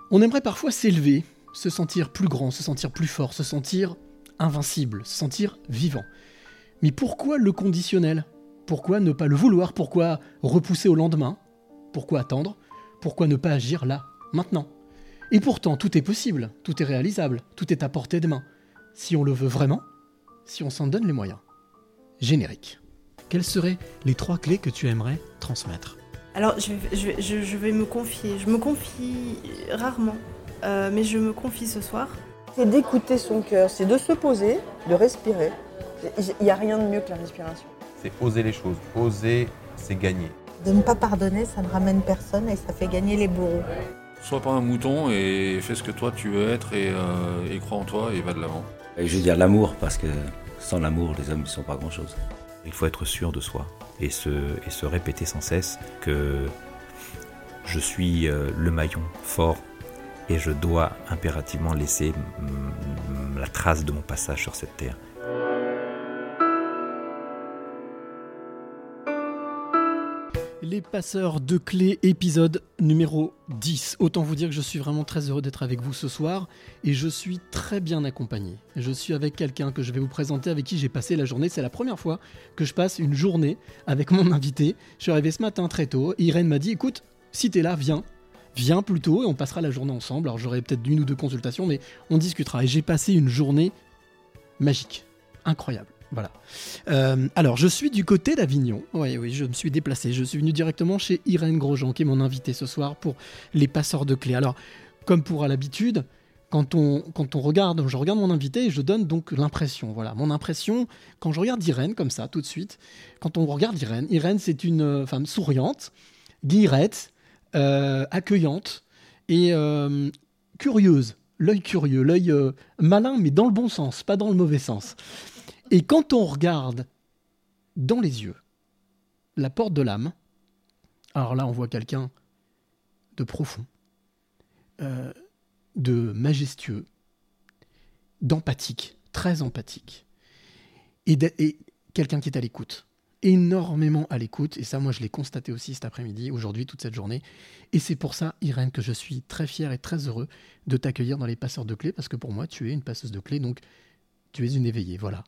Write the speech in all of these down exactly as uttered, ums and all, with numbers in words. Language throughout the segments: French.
On aimerait parfois s'élever, se sentir plus grand, se sentir plus fort, se sentir invincible, se sentir vivant. Mais pourquoi le conditionnel ? Pourquoi ne pas le vouloir ? Pourquoi repousser au lendemain ? Pourquoi attendre ? Pourquoi ne pas agir là, maintenant ? Et pourtant, tout est possible, tout est réalisable, tout est à portée de main. Si on le veut vraiment, si on s'en donne les moyens. Générique. Quelles seraient les trois clés que tu aimerais transmettre ? Alors, je vais, je, vais, je, je vais me confier. Je me confie rarement, euh, mais je me confie ce soir. C'est d'écouter son cœur, c'est de se poser, de respirer. Il n'y a rien de mieux que la respiration. C'est oser les choses. Oser, c'est gagner. De ne pas pardonner, ça ne ramène personne et ça fait gagner les bourreaux. Sois pas un mouton et fais ce que toi tu veux être et, euh, et crois en toi et va de l'avant. Et je veux dire l'amour, parce que sans l'amour, les hommes ne sont pas grand-chose. Il faut être sûr de soi et se, et se répéter sans cesse que je suis euh, le maillon fort et je dois impérativement laisser m- m- la trace de mon passage sur cette terre. Les passeurs de clés, épisode numéro dix. Autant vous dire que je suis vraiment très heureux d'être avec vous ce soir et je suis très bien accompagné. Je suis avec quelqu'un que je vais vous présenter, avec qui j'ai passé la journée. C'est la première fois que je passe une journée avec mon invité. Je suis arrivé ce matin très tôt et Irène m'a dit « Écoute, si t'es là, viens. Viens plus tôt et on passera la journée ensemble. » Alors j'aurai peut-être une ou deux consultations, mais on discutera. Et j'ai passé une journée magique, incroyable. Voilà. Euh, alors, je suis du côté d'Avignon. Oui, oui, je me suis déplacé. Je suis venu directement chez Irène Grosjean, qui est mon invitée ce soir pour les passeurs de clés. Alors, comme pour à l'habitude, quand on, quand on regarde, je regarde mon invité et je donne donc l'impression. Voilà, mon impression, quand je regarde Irène, comme ça, tout de suite, quand on regarde Irène, Irène, c'est une femme souriante, guillerette, euh, accueillante et euh, curieuse. L'œil curieux, l'œil euh, malin, mais dans le bon sens, pas dans le mauvais sens. Et quand on regarde dans les yeux la porte de l'âme, alors là on voit quelqu'un de profond, euh, de majestueux, d'empathique, très empathique, et, de, et quelqu'un qui est à l'écoute, énormément à l'écoute, et ça moi je l'ai constaté aussi cet après-midi, aujourd'hui, toute cette journée, et c'est pour ça Irène que je suis très fier et très heureux de t'accueillir dans les passeurs de clés, parce que pour moi tu es une passeuse de clés, donc tu es une éveillée, voilà.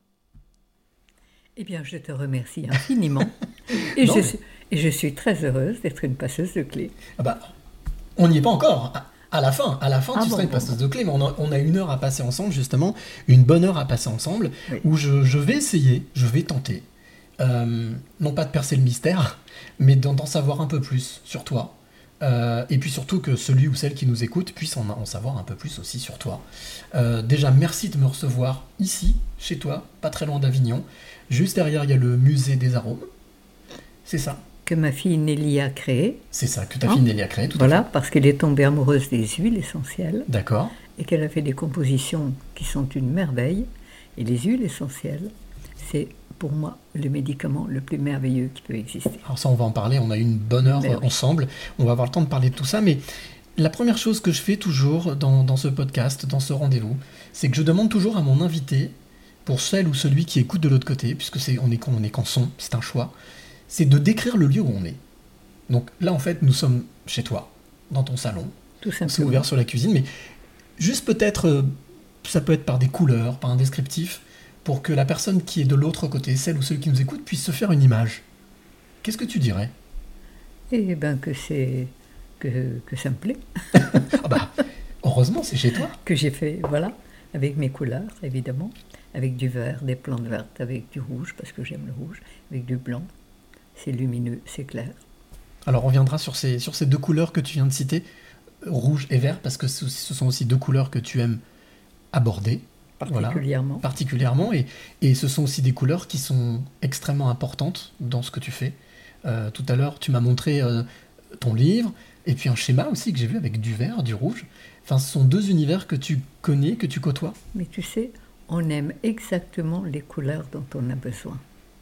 Eh bien, je te remercie infiniment. et, non, je mais... suis, et je suis très heureuse d'être une passeuse de clés. Ah bah, on n'y est pas encore. À, à la fin, à la fin, ah tu bon, seras une bon, passeuse bon. de clés, mais on a, on a une heure à passer ensemble, justement, une bonne heure à passer ensemble, oui. où je, je vais essayer, je vais tenter, euh, non pas de percer le mystère, mais d'en, d'en savoir un peu plus sur toi. Euh, et puis surtout que celui ou celle qui nous écoute puisse en, en savoir un peu plus aussi sur toi. Euh, déjà, merci de me recevoir ici, chez toi, pas très loin d'Avignon. Juste derrière, il y a le musée des arômes. C'est ça. Que ma fille Nelly a créé. C'est ça, que ta fille hein Nelly a créé, tout voilà, à fait. Parce qu'elle est tombée amoureuse des huiles essentielles. D'accord. Et qu'elle a fait des compositions qui sont une merveille. Et les huiles essentielles, c'est pour moi le médicament le plus merveilleux qui peut exister. Alors ça, on va en parler, on a eu une bonne heure mais ensemble. Oui. On va avoir le temps de parler de tout ça, mais la première chose que je fais toujours dans, dans ce podcast, dans ce rendez-vous, c'est que je demande toujours à mon invité, pour celle ou celui qui écoute de l'autre côté, puisque c'est, on est on est qu'en son, c'est un choix, c'est de décrire le lieu où on est. Donc là, en fait, nous sommes chez toi, dans ton salon. Tout simplement. C'est ouvert sur la cuisine, mais juste peut-être, euh, ça peut être par des couleurs, par un descriptif, pour que la personne qui est de l'autre côté, celle ou celui qui nous écoute, puisse se faire une image. Qu'est-ce que tu dirais ? Eh bien, que c'est... Que, que ça me plaît. Ah bah, heureusement, c'est chez toi. Que j'ai fait, voilà, avec mes couleurs, évidemment. Avec du vert, des plantes vertes, avec du rouge, parce que j'aime le rouge, avec du blanc. C'est lumineux, c'est clair. Alors on reviendra sur ces, sur ces deux couleurs que tu viens de citer, rouge et vert, parce que ce, ce sont aussi deux couleurs que tu aimes aborder. Particulièrement. Voilà, particulièrement, et, et ce sont aussi des couleurs qui sont extrêmement importantes dans ce que tu fais. Euh, tout à l'heure, tu m'as montré euh, ton livre, et puis un schéma aussi que j'ai vu avec du vert, du rouge. Enfin, ce sont deux univers que tu connais, que tu côtoies. Mais tu sais... On aime exactement les couleurs dont on a besoin.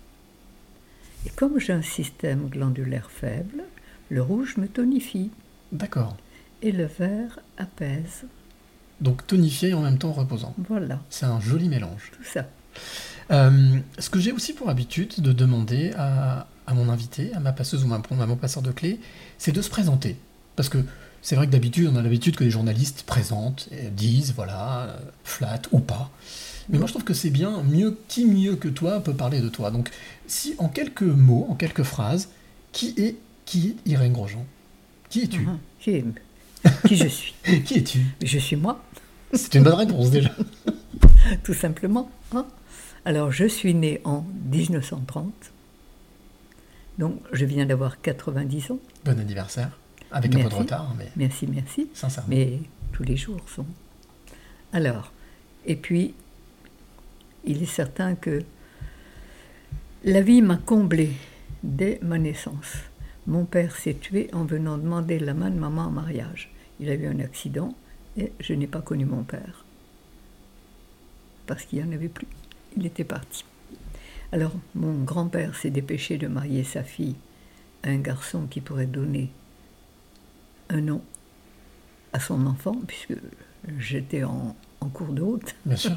Et comme j'ai un système glandulaire faible, le rouge me tonifie. D'accord. Et le vert apaise. Donc tonifié et en même temps reposant. Voilà. C'est un joli mélange. Tout ça. Euh, ce que j'ai aussi pour habitude de demander à, à mon invité, à ma passeuse ou à mon passeur de clés, c'est de se présenter. Parce que C'est vrai que d'habitude, on a l'habitude que les journalistes présentent, et disent, voilà, euh, flattent ou pas. Mais moi, je trouve que c'est bien, mieux, qui mieux que toi peut parler de toi. Donc, si en quelques mots, en quelques phrases, qui est, qui est Irène Grosjean? Qui es-tu? Uh-huh. Qui, est... qui je suis? Qui es-tu? Je suis moi. C'est une bonne réponse, déjà. Tout simplement. Hein. Alors, je suis née en dix-neuf cent trente. Donc, je viens d'avoir quatre-vingt-dix ans. Bon anniversaire. Avec merci. Un peu de retard, mais... Merci, merci. Sincèrement. Mais tous les jours sont... Alors, et puis, il est certain que la vie m'a comblée dès ma naissance. Mon père s'est tué en venant demander la main de maman en mariage. Il a eu un accident et je n'ai pas connu mon père. Parce qu'il n'y en avait plus. Il était parti. Alors, mon grand-père s'est dépêché de marier sa fille à un garçon qui pourrait donner un nom à son enfant, puisque j'étais en, en cours de route. Bien sûr.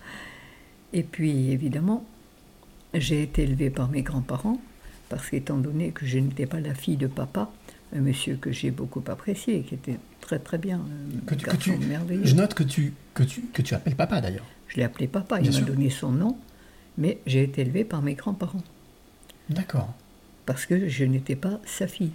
Et puis, évidemment, j'ai été élevée par mes grands-parents, parce qu'étant donné que je n'étais pas la fille de papa, un monsieur que j'ai beaucoup apprécié, qui était très très bien, un que tu, garçon que tu, merveilleux. Je note que tu, que tu, que tu appelles papa, d'ailleurs. Je l'ai appelé papa, Bien il m'a sûr. donné son nom, mais j'ai été élevée par mes grands-parents, D'accord. parce que je n'étais pas sa fille.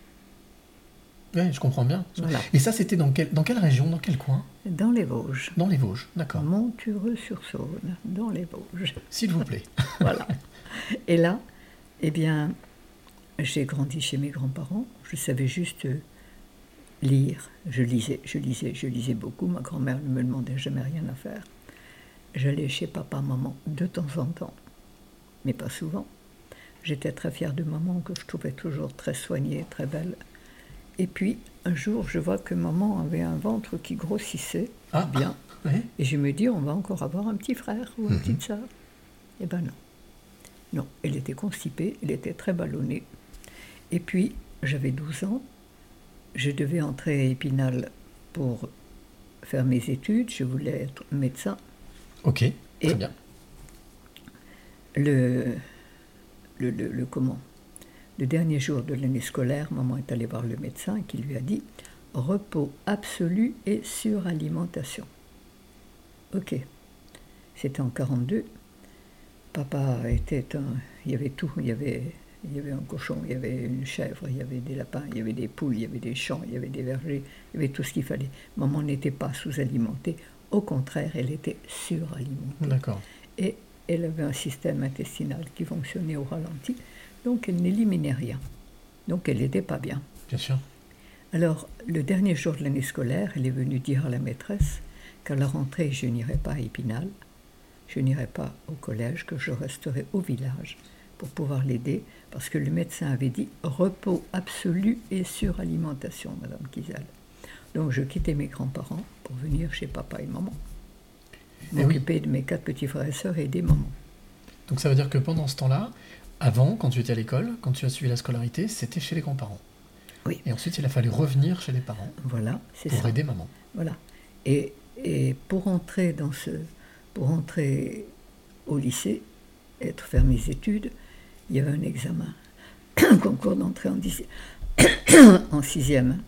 Oui, je comprends bien. Voilà. Et ça, c'était dans, quel, dans quelle région, dans quel coin? Dans les Vosges. Dans les Vosges, d'accord. Montureux-sur-Saône, dans les Vosges. S'il vous plaît. Voilà. Et là, eh bien, j'ai grandi chez mes grands-parents. Je savais juste lire. Je lisais, je lisais, je lisais beaucoup. Ma grand-mère ne me demandait jamais rien à faire. J'allais chez papa, maman, de temps en temps, mais pas souvent. J'étais très fière de maman, que je trouvais toujours très soignée, très belle. Et puis, un jour, je vois que maman avait un ventre qui grossissait Ah, bien. oui. Et je me dis, on va encore avoir un petit frère ou une Mhm. petite sœur. Eh ben non. Non, elle était constipée, elle était très ballonnée. Et puis, j'avais douze ans, je devais entrer à Épinal pour faire mes études, je voulais être médecin. Ok, très Et bien. Le, le, le, le comment Le dernier jour de l'année scolaire, maman est allée voir le médecin qui lui a dit « repos absolu et suralimentation ». Ok, c'était en quarante-deux. Papa était un... Il y avait tout, il y avait, il y avait un cochon, il y avait une chèvre, il y avait des lapins, il y avait des poules, il y avait des champs, il y avait des vergers, il y avait tout ce qu'il fallait. Maman n'était pas sous-alimentée, au contraire, elle était suralimentée. D'accord. Et elle avait un système intestinal qui fonctionnait au ralenti, donc elle n'éliminait rien. Donc elle n'était pas bien. Bien sûr. Alors, le dernier jour de l'année scolaire, elle est venue dire à la maîtresse qu'à la rentrée, je n'irai pas à Épinal, je n'irai pas au collège, que je resterai au village pour pouvoir l'aider, parce que le médecin avait dit repos absolu et suralimentation, Madame Kiesel. Donc je quittais mes grands-parents pour venir chez papa et maman, Eh oui. m'occuper de mes quatre petits frères et sœurs et aider maman. Donc ça veut dire que pendant ce temps-là, avant, quand tu étais à l'école, quand tu as suivi la scolarité, c'était chez les grands-parents. Oui. Et ensuite, il a fallu revenir chez les parents Voilà, c'est pour ça. aider maman. Voilà. Et, et pour entrer dans ce, pour entrer au lycée, être faire mes études, il y avait un examen, un concours d'entrée en, dix... en sixième.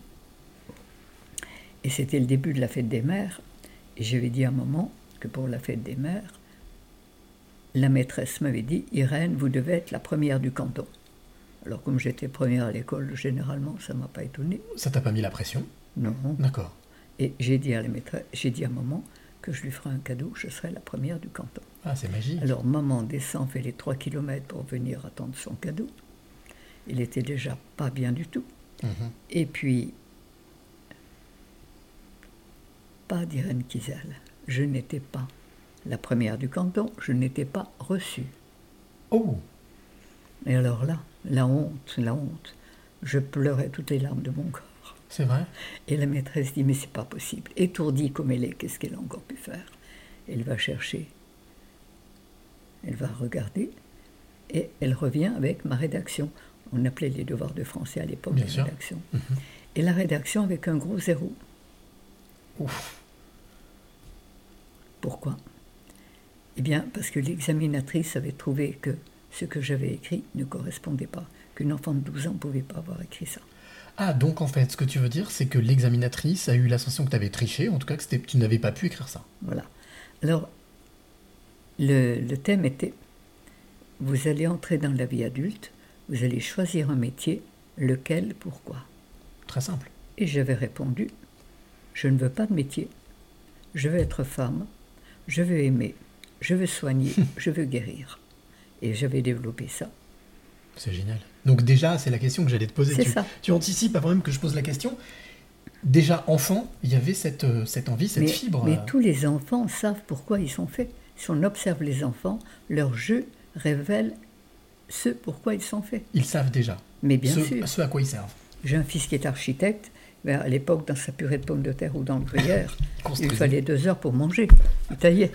Et c'était le début de la fête des mères. Et j'avais dit à maman que pour la fête des mères, la maîtresse m'avait dit « Irène, vous devez être la première du canton ». Alors comme j'étais première à l'école, généralement, ça ne m'a pas étonnée. Ça t'a pas mis la pression? Non. D'accord. Et j'ai dit à la maîtresse, j'ai dit à maman que je lui ferai un cadeau, je serai la première du canton. Ah, c'est magique. Alors maman descend, fait les trois kilomètres pour venir attendre son cadeau. Il était déjà pas bien du tout. Mhm. Et puis, pas d'Irène Kiesel. Je n'étais pas la première du canton, je n'étais pas reçue. Oh, Et alors là, la honte, la honte. Je pleurais toutes les larmes de mon corps. c'est vrai? Et la maîtresse dit, mais c'est pas possible. Étourdie comme elle est, qu'est-ce qu'elle a encore pu faire? Elle va chercher, elle va regarder, et elle revient avec ma rédaction. On appelait les devoirs de français à l'époque, Bien les sûr. rédactions. Mhm. Et la rédaction avec un gros zéro. Ouf. Pourquoi? Eh bien, parce que l'examinatrice avait trouvé que ce que j'avais écrit ne correspondait pas, qu'une enfant de douze ans ne pouvait pas avoir écrit ça. Ah, donc en fait, ce que tu veux dire, c'est que l'examinatrice a eu la sensation que tu avais triché, en tout cas que c'était- tu n'avais pas pu écrire ça. Voilà. Alors, le, le thème était, vous allez entrer dans la vie adulte, vous allez choisir un métier, lequel, pourquoi. Très simple. Et j'avais répondu, je ne veux pas de métier, je veux être femme, je veux aimer, je veux soigner, je veux guérir. Et j'avais développé ça. C'est génial. Donc déjà, c'est la question que j'allais te poser. C'est Tu, ça. tu anticipes avant même que je pose la question. Déjà, enfant, il y avait cette, euh, cette envie, cette mais, fibre. mais euh, tous les enfants savent pourquoi ils sont faits. Si on observe les enfants, leur jeu révèle ce pourquoi ils sont faits. Ils savent déjà. Mais bien ce, sûr. ce à quoi ils servent. J'ai un fils qui est architecte. Ben, à l'époque, dans sa purée de pommes de terre ou dans le gruyère, il Construisez. fallait deux heures pour manger. Il taillait.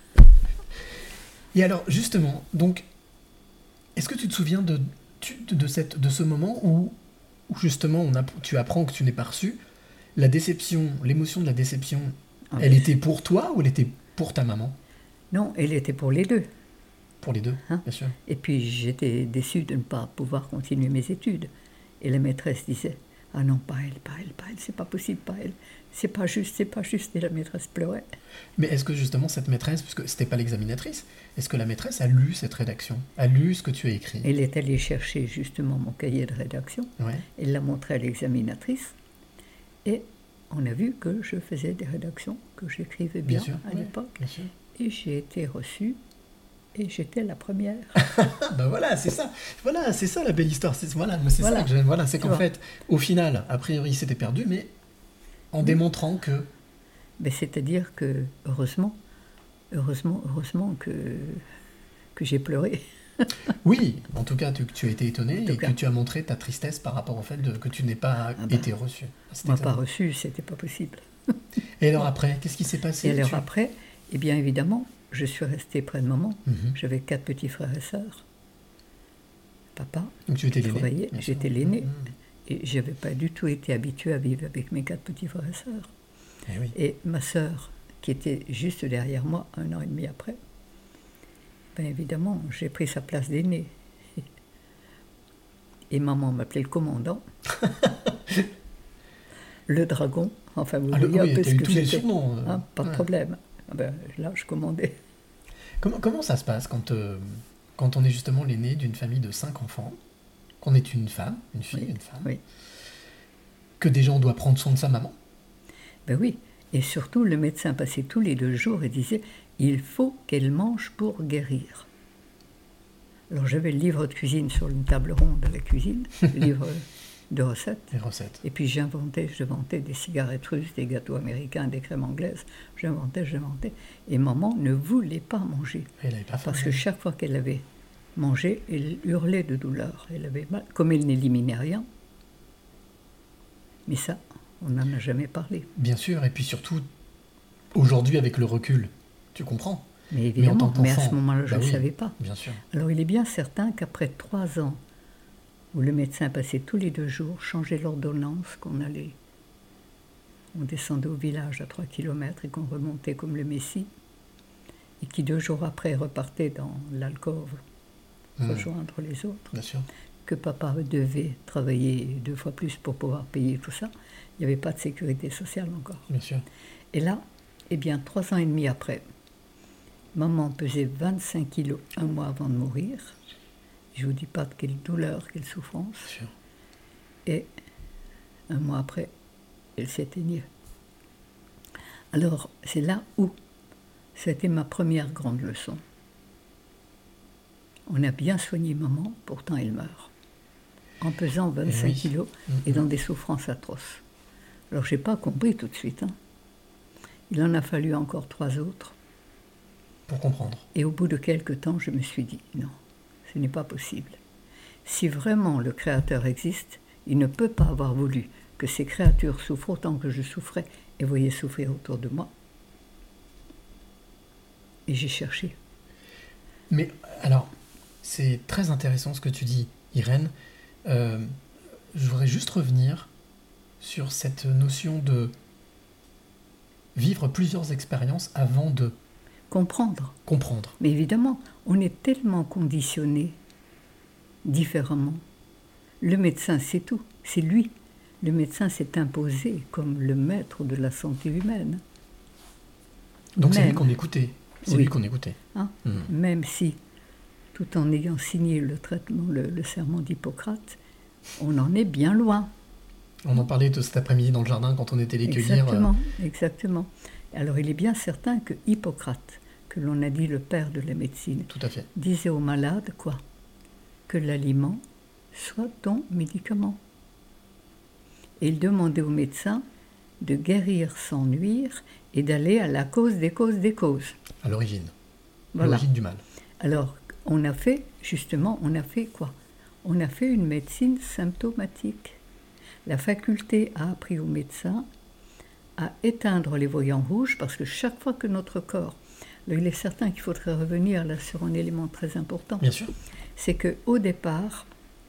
Et alors, justement, donc, est-ce que tu te souviens de, tu- de, cette, de ce moment où, où justement, on a, tu apprends que tu n'es pas reçu, la déception, l'émotion de la déception, Ah, elle mais était pour toi ou elle était pour ta maman? Non, elle était pour les deux. Pour les deux, Hein? bien sûr. Et puis j'étais déçue de ne pas pouvoir continuer mes études. Et la maîtresse disait, ah non, pas elle, pas elle, pas elle, c'est pas possible, pas elle. C'est pas juste, c'est pas juste. Et la maîtresse pleurait. Mais est-ce que justement cette maîtresse, puisque c'était pas l'examinatrice, est-ce que la maîtresse a lu cette rédaction, a lu ce que tu as écrit? Elle est allée chercher justement mon cahier de rédaction. Ouais. Elle l'a montré à l'examinatrice. Et on a vu que je faisais des rédactions, que j'écrivais bien, Bien sûr, à ouais. l'époque. Bien sûr. Et j'ai été reçue. Et j'étais la première. Ah, bah voilà, c'est ça. Voilà, c'est ça la belle histoire. C'est, voilà, mais c'est Voilà. ça que j'aime. Voilà, c'est Tu qu'en vois. fait, au final, a priori, c'était perdu, mais en Oui. démontrant que Mais c'est-à-dire que, heureusement, heureusement, heureusement que, que j'ai pleuré. oui, en tout cas, tu, tu as été étonné En tout et cas. que tu as montré ta tristesse par rapport au fait de, que tu n'aies pas Ah bah. été reçu. C'était Moi, pas étonnant. reçu, c'était pas possible. Et alors après, qu'est-ce qui s'est passé? Et alors Tu- après, eh bien évidemment, je suis restée près de maman. Mhm. J'avais quatre petits frères et sœurs. Papa, Donc tu étais qui l'aîné. travaillait, bien j'étais sûr. l'aîné. Mhm. Et j'avais pas du tout été habituée à vivre avec mes quatre petits frères et sœurs. Eh oui. Et ma sœur, qui était juste derrière moi, un an et demi après, ben évidemment, j'ai pris sa place d'aîné. Et maman m'appelait le commandant. Le dragon, enfin vous Ah, le- voyez oui, un peu t'as ce eu que tous les j'étais. surnoms, euh, Hein, pas de ouais. problème. Ah ben, là, je commandais. Comment, comment ça se passe quand, euh, quand on est justement l'aîné d'une famille de cinq enfants, qu'on est une femme, une fille, Oui, une femme, oui. que déjà on doit prendre soin de sa maman? Ben oui. Et surtout, le médecin passait tous les deux jours et disait « Il faut qu'elle mange pour guérir ». Alors j'avais le livre de cuisine sur une table ronde à la cuisine, le livre de recettes. Les recettes. Et puis j'inventais, j'inventais des cigarettes russes, des gâteaux américains, des crèmes anglaises. J'inventais, j'inventais. Et maman ne voulait pas manger. Elle n'avait pas faim. Parce que chaque fois qu'elle avait mangé, elle hurlait de douleur. Elle avait mal, comme elle n'éliminait rien. Mais ça, on n'en a jamais parlé. Bien sûr, et puis surtout, aujourd'hui avec le recul, tu comprends? Mais évidemment, tant mais, à qu'enfant, ce moment-là, je bah ne oui. savais pas. Bien sûr. Alors il est bien certain qu'après trois ans, où le médecin passait tous les deux jours, changeait l'ordonnance, qu'on allait, on descendait au village à trois kilomètres et qu'on remontait comme le Messie, et qui deux jours après repartait dans l'alcôve, Mmh, rejoindre les autres, bien sûr. que papa devait travailler deux fois plus pour pouvoir payer tout ça. Il n'y avait pas de sécurité sociale encore. Bien sûr. Et là, eh bien, trois ans et demi après, maman pesait vingt-cinq kilos un mois avant de mourir. Je ne vous dis pas de quelle douleur, quelle souffrance. Bien sûr. Et un mois après, elle s'éteignait. Alors, c'est là où c'était ma première grande leçon. On a bien soigné maman, pourtant elle meurt. En pesant vingt-cinq oui. kilos Mhm. et dans des souffrances atroces. Alors, je n'ai pas compris tout de suite. Hein. Il en a fallu encore trois autres. Pour comprendre. Et au bout de quelque temps, je me suis dit, non, ce n'est pas possible. Si vraiment le Créateur existe, il ne peut pas avoir voulu que ces créatures souffrent autant que je souffrais et voyaient souffrir autour de moi. Et j'ai cherché. Mais alors, c'est très intéressant ce que tu dis, Irène. Euh, je voudrais juste revenir sur cette notion de vivre plusieurs expériences avant de Comprendre. comprendre. Mais évidemment, on est tellement conditionné différemment. Le médecin, c'est tout. C'est lui. le médecin s'est imposé comme le maître de la santé humaine. Donc c'est lui Même. qu'on écoutait. C'est Oui. lui qu'on écoutait. Hein, Mhm. Même si, tout en ayant signé le traitement, le, le serment d'Hippocrate, on en est bien loin. On en parlait de cet après-midi dans le jardin quand on était les cueillir. Exactement, exactement. Alors il est bien certain que Hippocrate, que l'on a dit le père de la médecine, euh, tout à fait. disait aux malades quoi? Que l'aliment soit ton médicament. Et il demandait aux médecins de guérir sans nuire et d'aller à la cause des causes des causes. À l'origine. Voilà. L'origine du mal. Alors, on a fait, justement, on a fait quoi? On a fait une médecine symptomatique. La faculté a appris aux médecins à éteindre les voyants rouges, parce que chaque fois que notre corps, là, il est certain qu'il faudrait revenir là sur un élément très important, Bien sûr. c'est qu'au départ,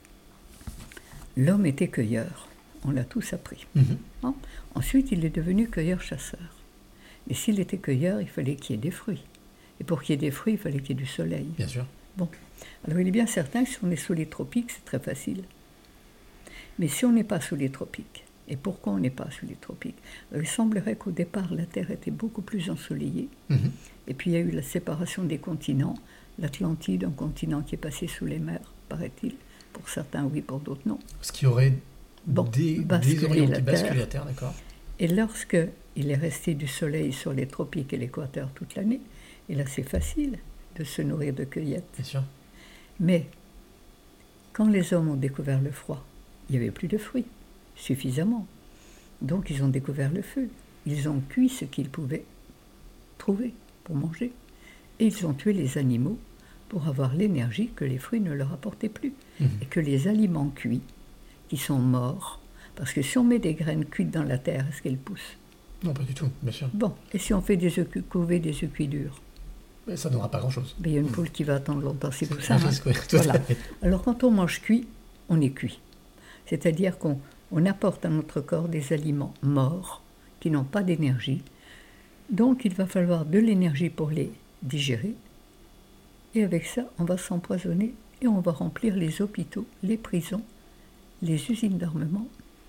l'homme était cueilleur. On l'a tous appris. Mhm. Hein? Ensuite, il est devenu cueilleur-chasseur. Mais s'il était cueilleur, il fallait qu'il y ait des fruits. Et pour qu'il y ait des fruits, il fallait qu'il y ait du soleil. Bien sûr. Bon, alors il est bien certain que si on est sous les tropiques, c'est très facile. Mais si on n'est pas sous les tropiques, et pourquoi on n'est pas sous les tropiques? Alors, il semblerait qu'au départ, la Terre était beaucoup plus ensoleillée. Mhm. Et puis il y a eu la séparation des continents. L'Atlantide, un continent qui est passé sous les mers, paraît-il. Pour certains, oui, pour d'autres, non. Ce qui aurait Bon, dé- basculer désorienté, la basculé Terre. la Terre, d'accord. Et lorsque il est resté du soleil sur les tropiques et l'équateur toute l'année, et là c'est facile de se nourrir de cueillettes. Bien sûr. Mais quand les hommes ont découvert le froid, il n'y avait plus de fruits, suffisamment. Donc ils ont découvert le feu. Ils ont cuit ce qu'ils pouvaient trouver pour manger. Et ils ont tué les animaux pour avoir l'énergie que les fruits ne leur apportaient plus. Mhm. Et que les aliments cuits, qui sont morts, parce que si on met des graines cuites dans la terre, est-ce qu'elles poussent? Non, pas du tout, bien sûr. Bon, et si on fait des œufs cu- couver des œufs cuits durs? Mais ça n'aura pas grand-chose. Ben, il y a une poule qui va attendre longtemps, c'est tout ça. un hein. risque, oui, tout à Voilà. fait. Alors quand on mange cuit, on est cuit. C'est-à-dire qu'on on apporte à notre corps des aliments morts, qui n'ont pas d'énergie. Donc il va falloir de l'énergie pour les digérer. Et avec ça, on va s'empoisonner et on va remplir les hôpitaux, les prisons, les usines d'armement.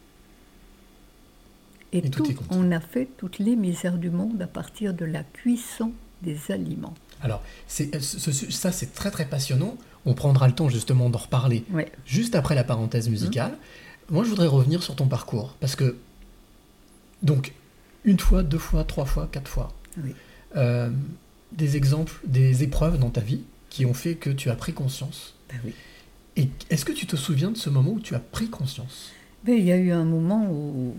Et, Et tout tout, est compté. on a fait toutes les misères du monde à partir de la cuisson des aliments. Alors, c'est, ce- ce- ça, c'est très très passionnant. On prendra le temps justement d'en reparler Ouais. juste après la parenthèse musicale. Moi, je voudrais revenir sur ton parcours. Parce que, donc, une fois, deux fois, trois fois, quatre fois, Oui. euh, des exemples, des épreuves dans ta vie qui ont fait que tu as pris conscience. Ben oui. Et est-ce que tu te souviens de ce moment où tu as pris conscience? Mais il y a eu un moment où,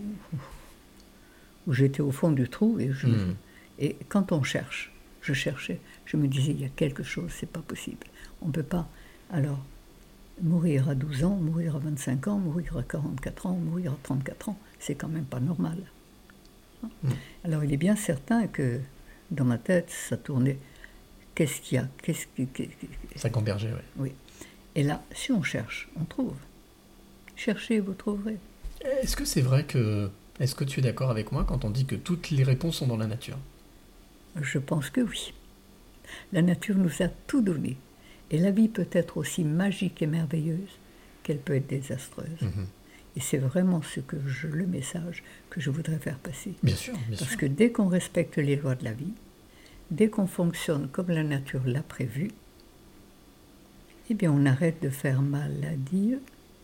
où j'étais au fond du trou et, je, Hmm. et quand on cherche, je cherchais, je me disais il y a quelque chose, c'est pas possible. On peut pas. Alors, mourir à douze ans, mourir à vingt-cinq ans, mourir à quarante-quatre ans, mourir à trente-quatre ans, c'est quand même pas normal. Hein? Hmm. Alors il est bien certain que dans ma tête, ça tournait. Qu'est-ce qu'il y a? Qu'est-ce qui, qu'est- qu'est- Ça cambergeait, oui. Oui. Et là, si on cherche, on trouve. Cherchez, vous trouverez. Est-ce que c'est vrai que... Est-ce que tu es d'accord avec moi quand on dit que toutes les réponses sont dans la nature? Je pense que oui. La nature nous a tout donné. Et la vie peut être aussi magique et merveilleuse qu'elle peut être désastreuse. Mhm. Et c'est vraiment ce que je, le message que je voudrais faire passer. Bien sûr, bien Parce sûr. que dès qu'on respecte les lois de la vie, dès qu'on fonctionne comme la nature l'a prévu, eh bien on arrête de faire mal à Dieu,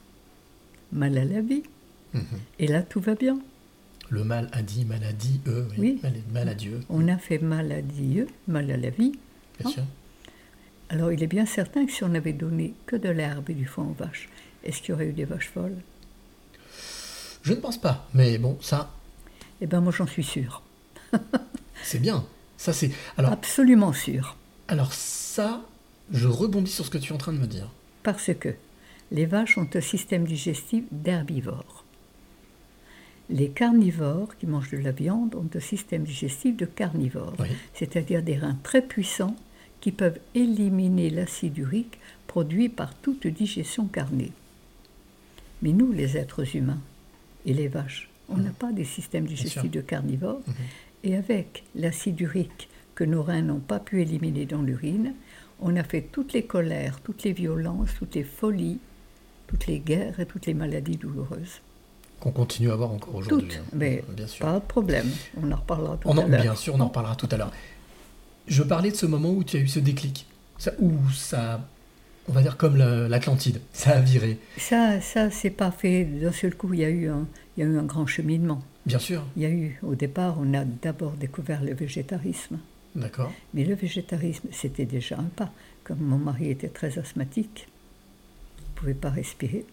mal à la vie. Mhm. Et là, tout va bien. Le mal a dit, mal a dit, eux, oui. Oui. Mal, mal à Dieu, On a fait mal à Dieu, mal à la vie. bien sûr. Alors il est bien certain que si on n'avait donné que de l'herbe et du foin aux vaches, est-ce qu'il y aurait eu des vaches folles? Je ne pense pas, mais bon, ça, Eh bien moi j'en suis sûre. c'est bien. Ça, c'est... Alors, Absolument sûre. alors ça, je rebondis sur ce que tu es en train de me dire. Parce que les vaches ont un système digestif d'herbivores. Les carnivores qui mangent de la viande ont un système digestif de carnivores, Oui. c'est-à-dire des reins très puissants qui peuvent éliminer l'acide urique produit par toute digestion carnée. Mais nous, les êtres humains et les vaches, on n'a pas des systèmes sûr. digestifs de carnivores. Mhm. Et avec l'acide urique que nos reins n'ont pas pu éliminer dans l'urine, on a fait toutes les colères, toutes les violences, toutes les folies, toutes les guerres et toutes les maladies douloureuses. Qu'on continue à avoir encore aujourd'hui. Toutes, hein. mais bien sûr. pas de problème. On en reparlera tout On en, à l'heure. bien sûr, on en reparlera tout à l'heure. Je parlais de ce moment où tu as eu ce déclic, ça, où ça, on va dire comme la- l'Atlantide, ça a viré. Ça, ça c'est pas fait d'un seul coup. Il y a eu un, il y a eu un grand cheminement. Bien sûr, Il y a eu, au départ, on a d'abord découvert le végétarisme. d'accord. Mais le végétarisme, c'était déjà un pas. Comme mon mari était très asthmatique, il ne pouvait pas respirer.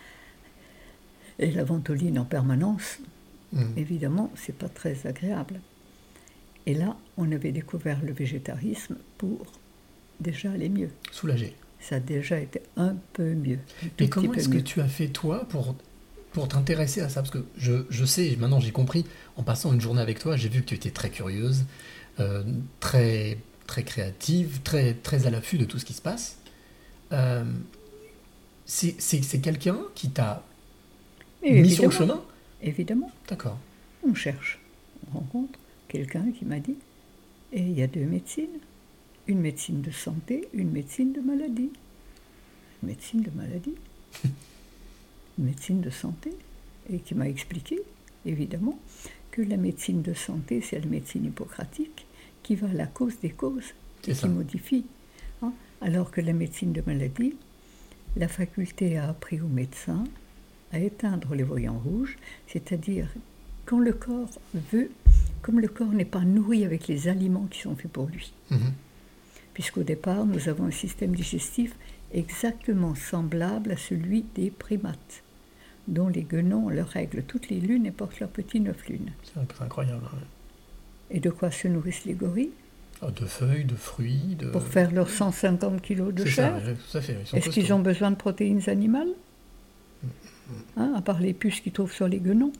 Et la ventoline en permanence, Mhm. évidemment, c'est pas très agréable. Et là, on avait découvert le végétarisme pour déjà aller mieux. Soulagé. Ça a déjà été un peu mieux. un tout Mais comment petit peu est-ce que mieux. tu as fait, toi, pour, pour t'intéresser à ça? Parce que je, je sais, maintenant j'ai compris, en passant une journée avec toi, j'ai vu que tu étais très curieuse, euh, très, très créative, très, très à l'affût de tout ce qui se passe. Euh, c'est c'est- c'est quelqu'un qui t'a Et mis sur le évidemment, chemin? Évidemment, D'accord. on cherche. On rencontre quelqu'un qui m'a dit, et il y a deux médecines. Une médecine de santé, une médecine de maladie. Une médecine de maladie. Une médecine de santé. Et qui m'a expliqué, évidemment, que la médecine de santé, c'est la médecine hippocratique qui va à la cause des causes C'est et ça. qui modifie. hein. Alors que la médecine de maladie, la faculté a appris aux médecins à éteindre les voyants rouges, c'est-à-dire quand le corps veut, comme le corps n'est pas nourri avec les aliments qui sont faits pour lui. Mhm. Puisqu'au départ, nous avons un système digestif exactement semblable à celui des primates, dont les guenons ont leurs règles toutes les lunes et portent leurs petits neuf lunes. C'est inc- c'est incroyable. hein. Et de quoi se nourrissent les gorilles? Ah, de feuilles, de fruits, de... Pour faire leurs cent cinquante kilos de C'est chair? ça, ouais, tout à fait. Ils sont Est-ce qu'ils costauds. ont besoin de protéines animales? Hein, à part les puces qu'ils trouvent sur les guenons.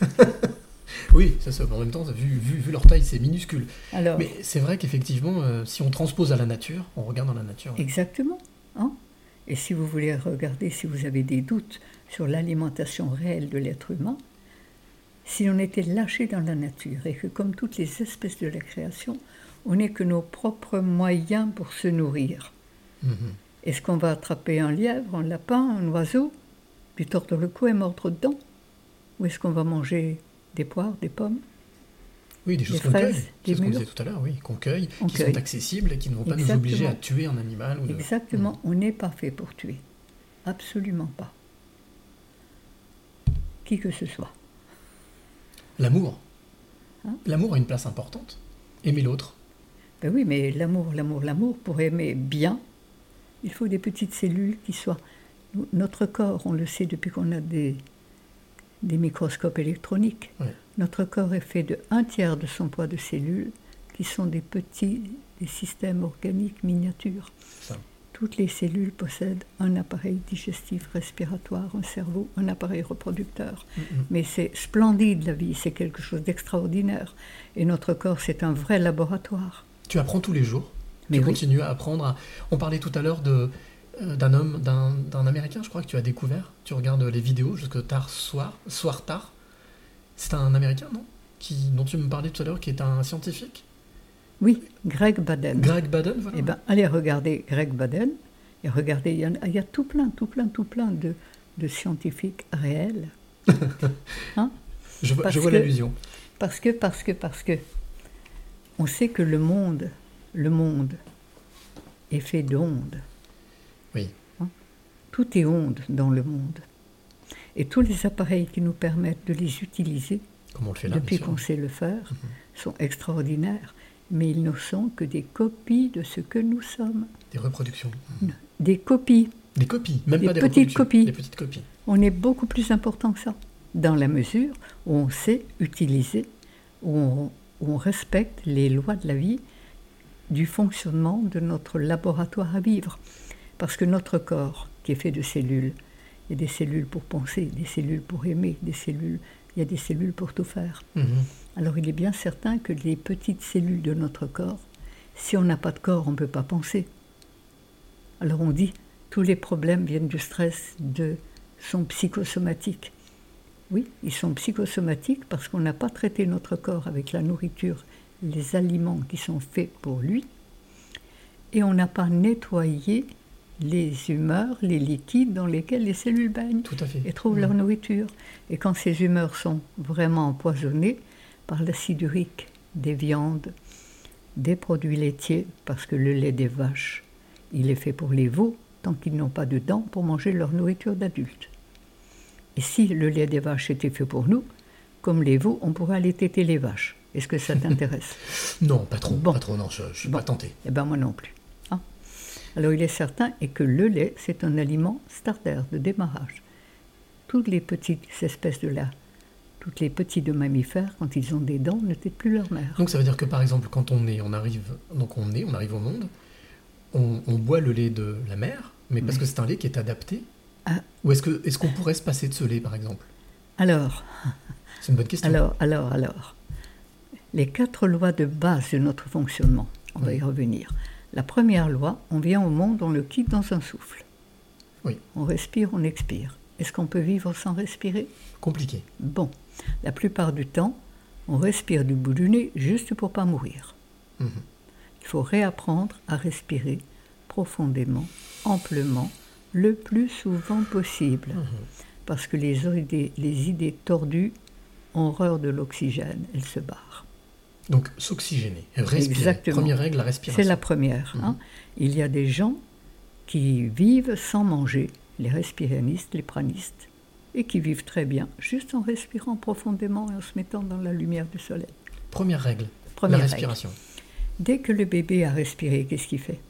Oui, ça, ça, en même temps, vu, vu, vu leur taille, c'est minuscule. Alors, Mais c'est vrai qu'effectivement, euh, si on transpose à la nature, on regarde dans la nature. exactement. hein. Et si vous voulez regarder, si vous avez des doutes sur l'alimentation réelle de l'être humain, si on était lâché dans la nature et que, comme toutes les espèces de la création, on n'est que nos propres moyens pour se nourrir. Mhm. Est-ce qu'on va attraper un lièvre, un lapin, un oiseau, lui tordre le cou et mordre dedans? Ou est-ce qu'on va manger des poires, des pommes? Oui, des choses Des qu'on fraises, cueille. des C'est ce qu'on mûres. disait tout à l'heure, oui, qu'on cueille, On qui cueille. sont accessibles et qui ne vont pas nous Exactement. obliger à tuer un animal. Ou de... Exactement, on n'est pas fait pour tuer. Absolument pas. Qui que ce soit. L'amour. Hein L'amour a une place importante. Aimer l'autre. Ben oui, mais l'amour, l'amour, l'amour, pour aimer bien, il faut des petites cellules qui soient... Nous- Notre corps, on le sait depuis qu'on a des, des microscopes électroniques, Ouais. notre corps est fait de un tiers de son poids de cellules qui sont des petits des systèmes organiques miniatures. Ça. Toutes les cellules possèdent un appareil digestif, respiratoire, un cerveau, un appareil reproducteur. Mhm. Mais c'est splendide la vie, c'est quelque chose d'extraordinaire. Et notre corps, c'est un vrai laboratoire. Tu apprends tous les jours. Mais tu oui. continues à apprendre. à- On parlait tout à l'heure de, euh, d'un homme, d'un, d'un Américain, je crois que tu as découvert. Tu regardes les vidéos jusque tard soir, soir tard. C'est un Américain, non qui, dont tu me parlais tout à l'heure, qui est un scientifique. Oui, Greg Baden. Greg Baden, voilà. Eh bien, allez regarder Greg Baden, et regardez, il y, en a, il y a tout plein, tout plein, tout plein de, de scientifiques réels. Hein je vois, parce je vois que- l'allusion. Parce que, parce que, parce que, on sait que le monde, le monde est fait d'ondes. Oui. Hein Tout est onde dans le monde. Et tous les appareils qui nous permettent de les utiliser, Comme on le fait là, depuis bien sûr. qu'on sait le faire, sont extraordinaires. Mais ils ne sont que des copies de ce que nous sommes. Des reproductions. Des copies. Des copies, même Des pas des petites reproductions. copies. Des petites copies. On est beaucoup plus important que ça, dans la mesure où on sait utiliser, où on, où on respecte les lois de la vie, du fonctionnement de notre laboratoire à vivre. Parce que notre corps, qui est fait de cellules, il y a des cellules pour penser, des cellules pour aimer, des cellules, il y a des cellules pour tout faire. Mhm. Alors il est bien certain que les petites cellules de notre corps, si on n'a pas de corps, on ne peut pas penser. Alors on dit, tous les problèmes viennent du stress, de, sont psychosomatiques. Oui, ils sont psychosomatiques parce qu'on n'a pas traité notre corps avec la nourriture, les aliments qui sont faits pour lui, et on n'a pas nettoyé les humeurs, les liquides dans lesquels les cellules baignent Tout à fait. et trouvent Mmh. leur nourriture. Et quand ces humeurs sont vraiment empoisonnées par l'acide urique des viandes, des produits laitiers, parce que le lait des vaches, il est fait pour les veaux, tant qu'ils n'ont pas de dents pour manger leur nourriture d'adultes. Et si le lait des vaches était fait pour nous, comme les veaux, on pourrait aller téter les vaches. Est-ce que ça t'intéresse? Non, pas trop, Bon. pas trop, non, je, je suis Bon. pas tenté. Eh bien, moi non plus. Hein. Alors, il est certain et que le lait, c'est un aliment starter de démarrage. Toutes les petites espèces de la, toutes les petits de mammifères, quand ils ont des dents, ne têtent plus leur mère. Donc ça veut dire que par exemple, quand on est, on arrive, donc on est, on arrive au monde, on, on boit le lait de la mère, mais parce Oui. que c'est un lait qui est adapté. Ah. Ou est-ce que, est-ce qu'on pourrait se passer de ce lait, par exemple? Alors, C'est une bonne question. alors, alors, alors, les quatre lois de base de notre fonctionnement, on va Oui. y revenir. La première loi, on vient au monde, on le quitte dans un souffle. Oui. On respire, on expire. Est-ce qu'on peut vivre sans respirer? Compliqué. Bon, la plupart du temps, on respire du bout du nez juste pour pas mourir. Mhm. Il faut réapprendre à respirer profondément, amplement, le plus souvent possible. Mhm. Parce que les idées, les idées tordues ont horreur de l'oxygène, elles se barrent. Donc s'oxygéner, respirer. Exactement. Première règle, la respiration. C'est la première. Hein. Il y a des gens qui vivent sans manger, les respiranistes, les pranistes, et qui vivent très bien, juste en respirant profondément et en se mettant dans la lumière du soleil. Première règle, Première la règle. respiration. Dès que le bébé a respiré, qu'est-ce qu'il fait?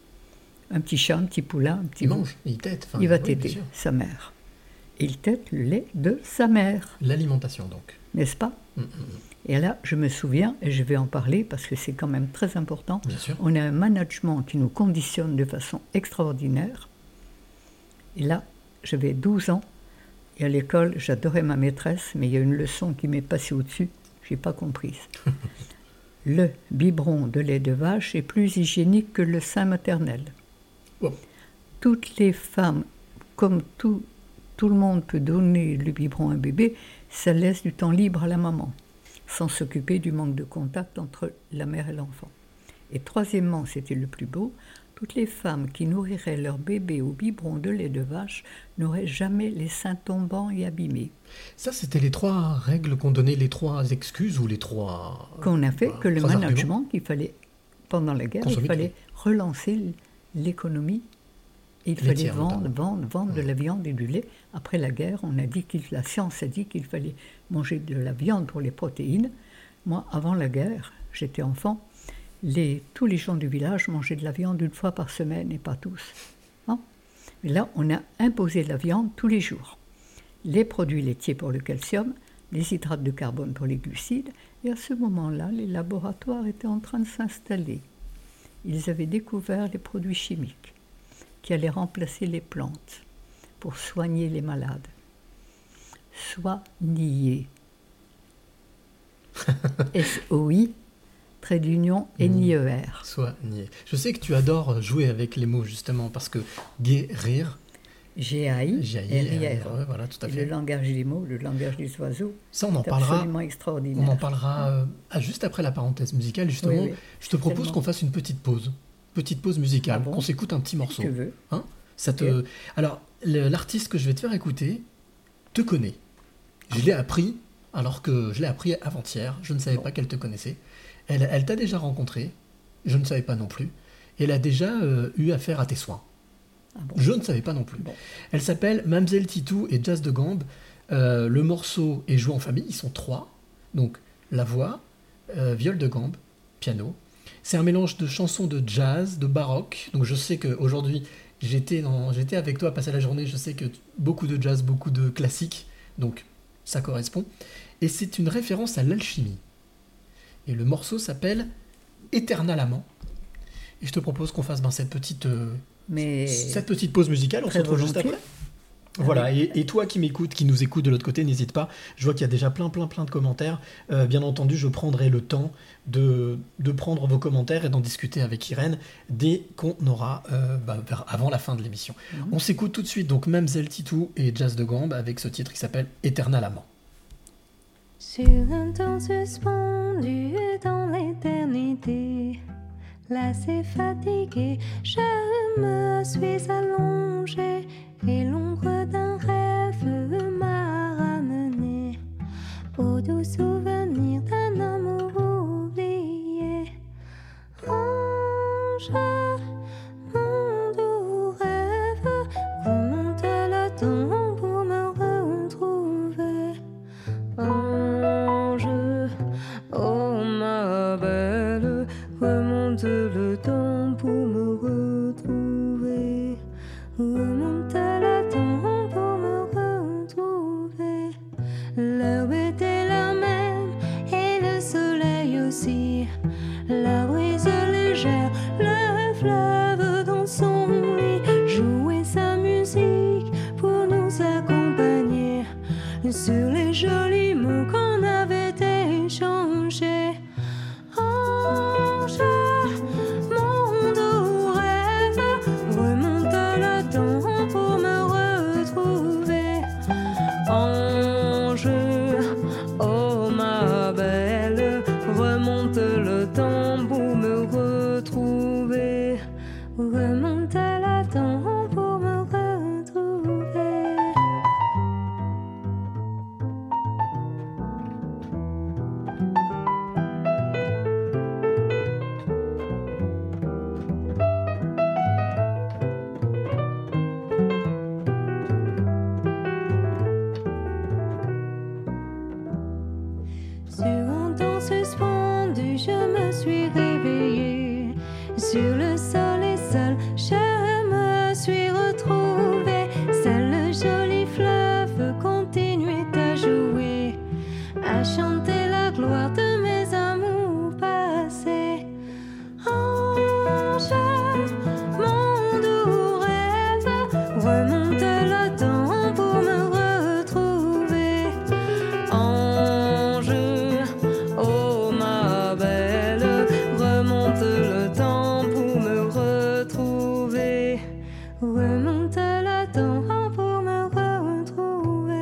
Un petit chat, un petit poulain, un petit Il veau. mange, il tète. enfin, Il va oui, bien téter sûr. sa mère. Il tète le lait de sa mère, L'alimentation, donc. n'est-ce pas? Mm, mm, Et là, je me souviens, et je vais en parler parce que c'est quand même très important, Bien sûr. on a un management qui nous conditionne de façon extraordinaire. Et là, j'avais douze ans, et à l'école, j'adorais ma maîtresse, mais il y a une leçon qui m'est passée au-dessus, je n'ai pas comprise. Le biberon de lait de vache est plus hygiénique que le sein maternel. Bon. Toutes les femmes, comme tout, tout le monde peut donner le biberon à un bébé, ça laisse du temps libre à la maman, sans s'occuper du manque de contact entre la mère et l'enfant. Et troisièmement, c'était le plus beau, toutes les femmes qui nourriraient leur bébé au biberon de lait de vache n'auraient jamais les seins tombants et abîmés. Ça, c'était les trois règles qu'on donnait, les trois excuses ou les trois... Qu'on a fait voilà, que le trois arguments. management, qu'il fallait, pendant la guerre, Consommer il fallait du relancer l'économie. Il fallait Laitière, vendre, notamment. vendre, vendre de Mmh. la viande et du lait. Après la guerre, on a dit que la science a dit qu'il fallait manger de la viande pour les protéines. Moi, avant la guerre, j'étais enfant, les, tous les gens du village mangeaient de la viande une fois par semaine et pas tous. Hein? Mais là, on a imposé de la viande tous les jours. Les produits laitiers pour le calcium, les hydrates de carbone pour les glucides. Et à ce moment-là, les laboratoires étaient en train de s'installer. Ils avaient découvert les produits chimiques qui allaient remplacer les plantes pour soigner les malades. Soigner. S O I, trait d'union, N I E R. Soigner. Je sais que tu adores jouer avec les mots, justement, parce que guérir, G A I, J A R I, I R. ouais, voilà, tout à Et fait. le langage des mots, le langage des oiseaux, Ça, on en c'est parlera. absolument On extraordinaire. en parlera euh, ah, juste après la parenthèse musicale. Justement, Oui, oui, je te propose tellement. qu'on fasse une petite pause. Petite pause musicale, Ah bon qu'on s'écoute un petit morceau. Si tu veux. Hein Ça te... Alors, le- l'artiste que je vais te faire écouter te connaît. Je l'ai appris, alors que je l'ai appris avant-hier. Je ne savais Bon. pas qu'elle te connaissait. Elle, elle t'a déjà rencontré. Je ne savais pas non plus. Et elle a déjà euh, eu affaire à tes soins. Ah bon. Je ne savais pas non plus. Bon. Elle s'appelle Mamzelle Titou et Jazz de Gambe. Euh, le morceau est joué en famille. Ils sont trois. Donc, la voix, euh, viol de gambe, piano. C'est un mélange de chansons de jazz, de baroque. Donc, je sais qu'aujourd'hui, j'étais, dans, j'étais avec toi à passer la journée. Je sais que t- beaucoup de jazz, beaucoup de classiques. Donc, ça correspond. Et c'est une référence à l'alchimie. Et le morceau s'appelle Éternel amant. Et je te propose qu'on fasse ben, cette, petite, euh, Mais cette petite pause musicale. On se très retrouve juste volontiers. après. Voilà, et, et toi qui m'écoutes, qui nous écoutes de l'autre côté, n'hésite pas. Je vois qu'il y a déjà plein, plein, plein de commentaires. Euh, bien entendu, je prendrai le temps de, de prendre vos commentaires et d'en discuter avec Irène dès qu'on aura, euh, bah, vers- avant la fin de l'émission. Mhm. On s'écoute tout de suite, donc Mamzelle Titou et Jazz de Gambe avec ce titre qui s'appelle Éternel amant. Sur un temps suspendu dans l'éternité, lassé, fatigué, je je me suis allongée et l'ombre d'un rêve m'a ramenée au doux souvenir d'un amour oublié. Ange, mon doux rêve, remonte le temps pour me retrouver. Ange, oh ma belle, remonte le temps pour me retrouver. Remonte le temps pour me retrouver. L'herbe était la même et le soleil aussi. La brise légère, le fleuve dans son lit jouait sa musique pour nous accompagner sur les jolis mots qu'on avait échangés. Ange, mon doux rêve, remonte le temps pour me retrouver. Ange, oh ma belle, remonte le temps pour me retrouver. Remonte le temps pour me retrouver. Sur un temps suspendu, je me suis réveillée. Sur le sol et seul, je me suis retrouvée. Seul le joli fleuve continuait à jouer, à chanter la gloire de mes amours passés. Ange, mon doux rêve, remonte le temps pour me retrouver. Ange, oh ma belle, remonte le temps pour me retrouver. Remonte le temps pour me retrouver.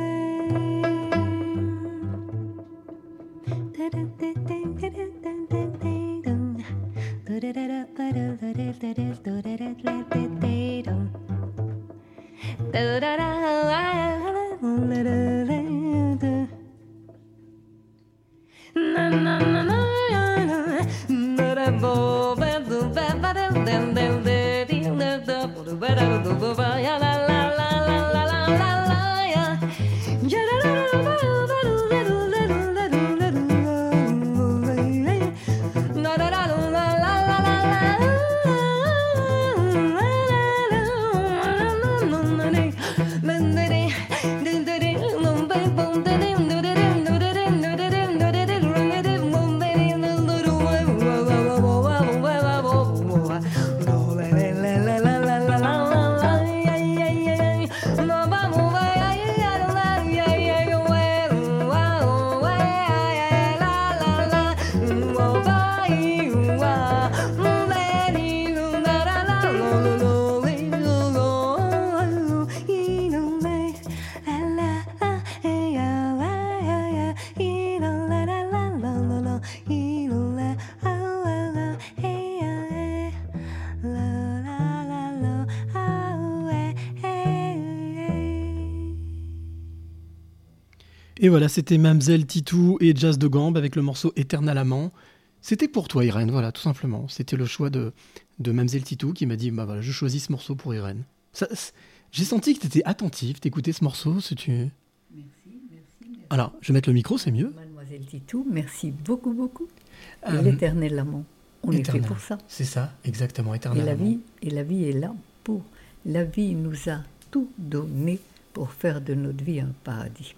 Et voilà, c'était Mamzelle Titou et Jazz de Gambe avec le morceau Éternel Amant. C'était pour toi, Irène, voilà, tout simplement. C'était le choix de, de Mamzelle Titou qui m'a dit, bah voilà, je choisis ce morceau pour Irène. Ça, j'ai senti que tu étais attentive, t'écoutais ce morceau, si tu... Merci, merci, merci. Alors, je vais mettre le micro, c'est mieux. Mademoiselle Titou, merci beaucoup, beaucoup. Et Euh, l'éternel amant, on est Éternel. fait pour ça. C'est ça, exactement, Éternel Et la Amant. vie, et la vie est là pour. La vie nous a tout donné pour faire de notre vie un paradis.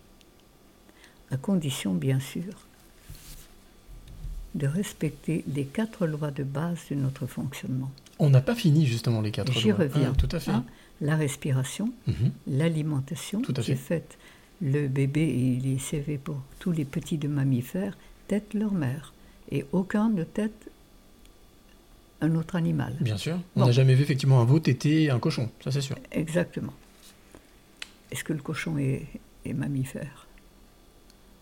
À condition, bien sûr, de respecter les quatre lois de base de notre fonctionnement. On n'a pas fini justement les quatre J'y lois. reviens. Ah, tout à fait. hein. La respiration, Mhm. l'alimentation, Tout à qui est fait. faite. Le bébé, il est C V pour tous les petits de mammifères, têtent leur mère. Et aucun ne tête un autre animal. Bien sûr. On Bon. n'a jamais vu effectivement un veau téter un cochon, ça c'est sûr. Exactement. Est-ce que le cochon est, est mammifère?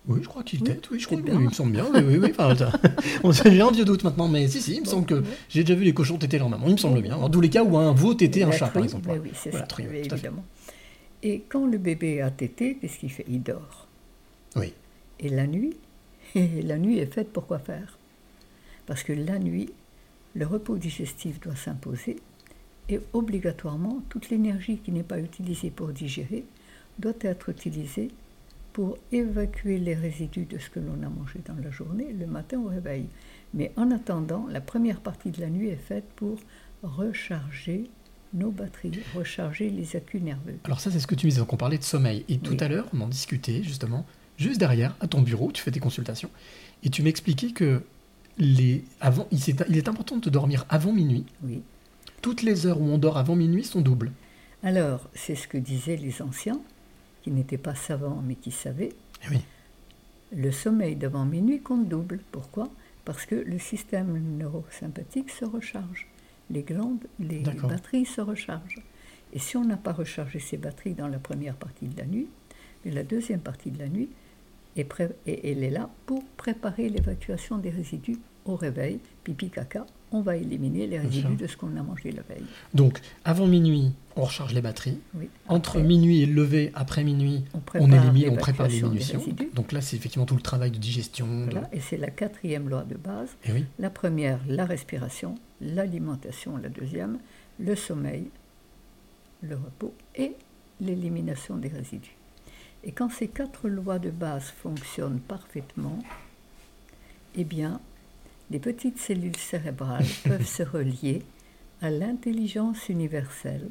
Oui, je crois qu'il Oui, était. Oui, je c'est crois que bien. oui, il me semble bien. Oui, oui, oui. Enfin, ça- on j'ai un vieux doute maintenant, mais si, si, il me semble que j'ai déjà vu les cochons téter leur maman. Il me semble bien. En tous les cas, où un veau tétait un La chat, par truie, exemple. mais oui, c'est Voilà, ça, truie, oui, oui, tout à fait. évidemment. Et quand le bébé a tété, qu'est-ce qu'il fait? Il dort. Oui. Et la nuit, et la nuit est faite pour quoi faire? Parce que la nuit, le repos digestif doit s'imposer et obligatoirement, toute l'énergie qui n'est pas utilisée pour digérer doit être utilisée pour évacuer les résidus de ce que l'on a mangé dans la journée le matin au réveil. Mais en attendant, la première partie de la nuit est faite pour recharger nos batteries, recharger les accus nerveux. Alors ça, c'est ce que tu me disais, donc on parlait de sommeil. Et tout Oui. à l'heure, on en discutait, justement, juste derrière, à ton bureau, tu fais tes consultations, et tu m'expliquais que les, avant, il, s'est- il est important de dormir avant minuit. Oui. Toutes les heures où on dort avant minuit sont doubles. Alors, c'est ce que disaient les anciens, qui n'étaient pas savants mais qui savaient. Eh oui. Le sommeil d'avant minuit compte double. Pourquoi? Parce que le système neurosympathique se recharge. Les glandes, les D'accord. batteries se rechargent. Et si on n'a pas rechargé ces batteries dans la première partie de la nuit, mais la deuxième partie de la nuit, est pré- et elle est là pour préparer l'évacuation des résidus au réveil. Pipi, caca, on va éliminer les Bien sûr. résidus de ce qu'on a mangé la veille. Donc, avant minuit, on recharge les batteries. Oui. Entre Après, minuit et le lever, après minuit, on on prépare élimine, on prépare l'évacuation des l'élimination. résidus. Donc là, c'est effectivement tout le travail de digestion. de- Voilà, et c'est la quatrième loi de base. Eh oui. La première, la respiration, l'alimentation, la deuxième, le sommeil, le repos et l'élimination des résidus. Et quand ces quatre lois de base fonctionnent parfaitement, eh bien, les petites cellules cérébrales peuvent se relier à l'intelligence universelle.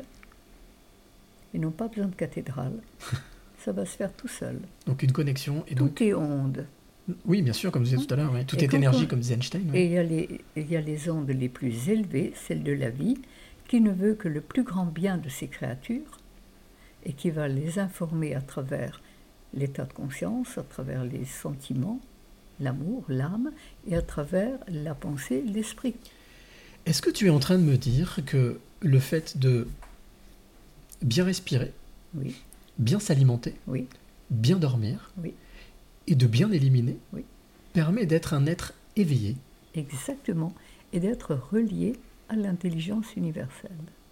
Ils n'ont pas besoin de cathédrale. Ça va se faire tout seul. Donc une connexion. Et donc, Tout est onde. oui, bien sûr, comme je disais tout à l'heure, oui. Tout Et est quand énergie, on- comme disait Einstein. oui. Et il y, a les, il y a les ondes les plus élevées, celles de la vie, qui ne veut que le plus grand bien de ces créatures et qui va les informer à travers l'état de conscience, à travers les sentiments, l'amour, l'âme, et à travers la pensée, l'esprit. Est-ce que tu es en train de me dire que le fait de bien respirer, Oui, bien s'alimenter, oui, bien dormir oui, et de bien éliminer Oui. permet d'être un être éveillé? exactement, et d'être relié à l'intelligence universelle.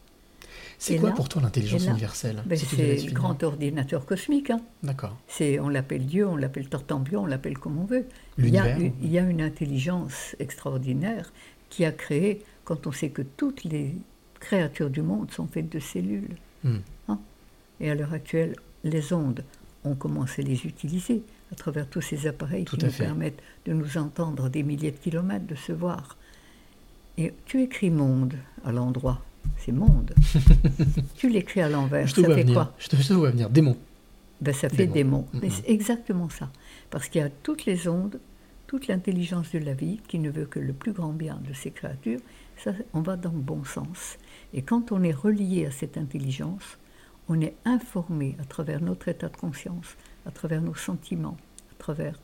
C'est Et quoi là- pour toi l'intelligence et là, universelle? Ben, Si tu devais c'est définir. le grand ordinateur cosmique, hein. D'accord. C'est, on l'appelle Dieu, on l'appelle Tortambion, on l'appelle comme on veut. Il y, a, L'univers. une- il y a une intelligence extraordinaire qui a créé, quand on sait que toutes les créatures du monde sont faites de cellules. Hmm. Hein. Et à l'heure actuelle, les ondes, on commence à les utiliser à travers tous ces appareils Tout qui à nous fait. permettent de nous entendre des milliers de kilomètres, de se voir. Et tu écris monde à l'endroit, c'est monde. Tu l'écris à l'envers, Je te ça vois fait venir. quoi? Je te, je te vois venir. Démon. Ben, ça fait Démon. démon. Mhm. Mais c'est exactement ça. Parce qu'il y a toutes les ondes, toute l'intelligence de la vie qui ne veut que le plus grand bien de ces créatures. Ça, on va dans le bon sens. Et quand on est relié à cette intelligence, on est informé à travers notre état de conscience, à travers nos sentiments, à travers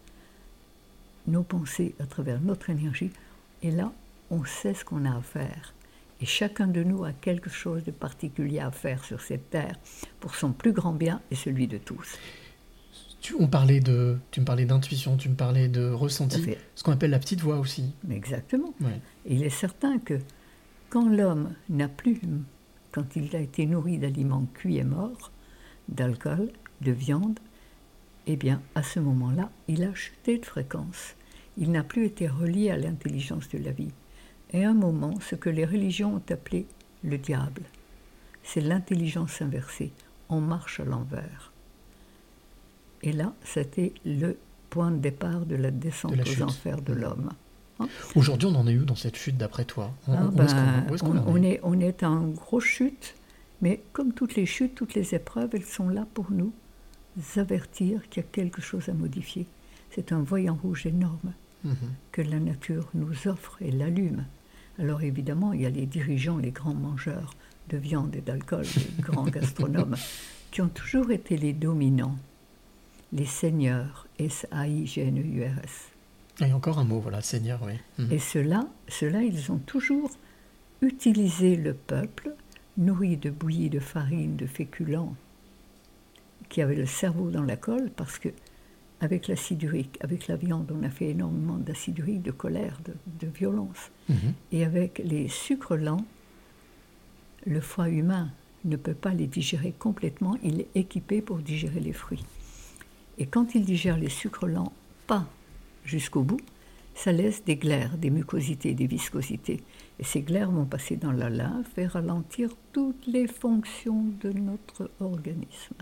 nos pensées, à travers notre énergie. Et là, on sait ce qu'on a à faire. Et chacun de nous a quelque chose de particulier à faire sur cette terre pour son plus grand bien et celui de tous. Tu, on parlait de, tu me parlais d'intuition, tu me parlais de Tout à ressenti, fait. ce qu'on appelle la petite voix aussi. Mais exactement. Ouais. Et il est certain que quand l'homme n'a plus, quand il a été nourri d'aliments cuits et morts, d'alcool, de viande, eh bien, à ce moment-là, il a chuté de fréquence. Il n'a plus été relié à l'intelligence de la vie. Et à un moment, ce que les religions ont appelé le diable, c'est l'intelligence inversée. On marche à l'envers. Et là, c'était le point de départ de la descente De la aux chute. enfers de l'homme. Aujourd'hui, on en est où dans cette chute d'après toi? On, Ah, où est-ce qu'on- ben, où est-ce qu'on on, en on est est, on est en grosse chute, mais comme toutes les chutes, toutes les épreuves, elles sont là pour nous avertir qu'il y a quelque chose à modifier. C'est un voyant rouge énorme Mhm. que la nature nous offre et l'allume. Alors évidemment, il y a les dirigeants, les grands mangeurs de viande et d'alcool, les grands gastronomes, qui ont toujours été les dominants, les seigneurs, S A I G N E U R S. Il y a encore un mot, voilà, Seigneur, oui. Mhm. Et ceux-là, ceux-là, ils ont toujours utilisé le peuple, nourri de bouillie, de farine, de féculents, qui avait le cerveau dans la colle, parce que avec l'acide urique. Avec la viande, on a fait énormément d'acide urique, de colère, de, de violence. Mhm. Et avec les sucres lents, le foie humain ne peut pas les digérer complètement. Il est équipé pour digérer les fruits. Et quand il digère les sucres lents, pas jusqu'au bout, ça laisse des glaires, des mucosités, des viscosités. Et ces glaires vont passer dans la lymphe et ralentir toutes les fonctions de notre organisme.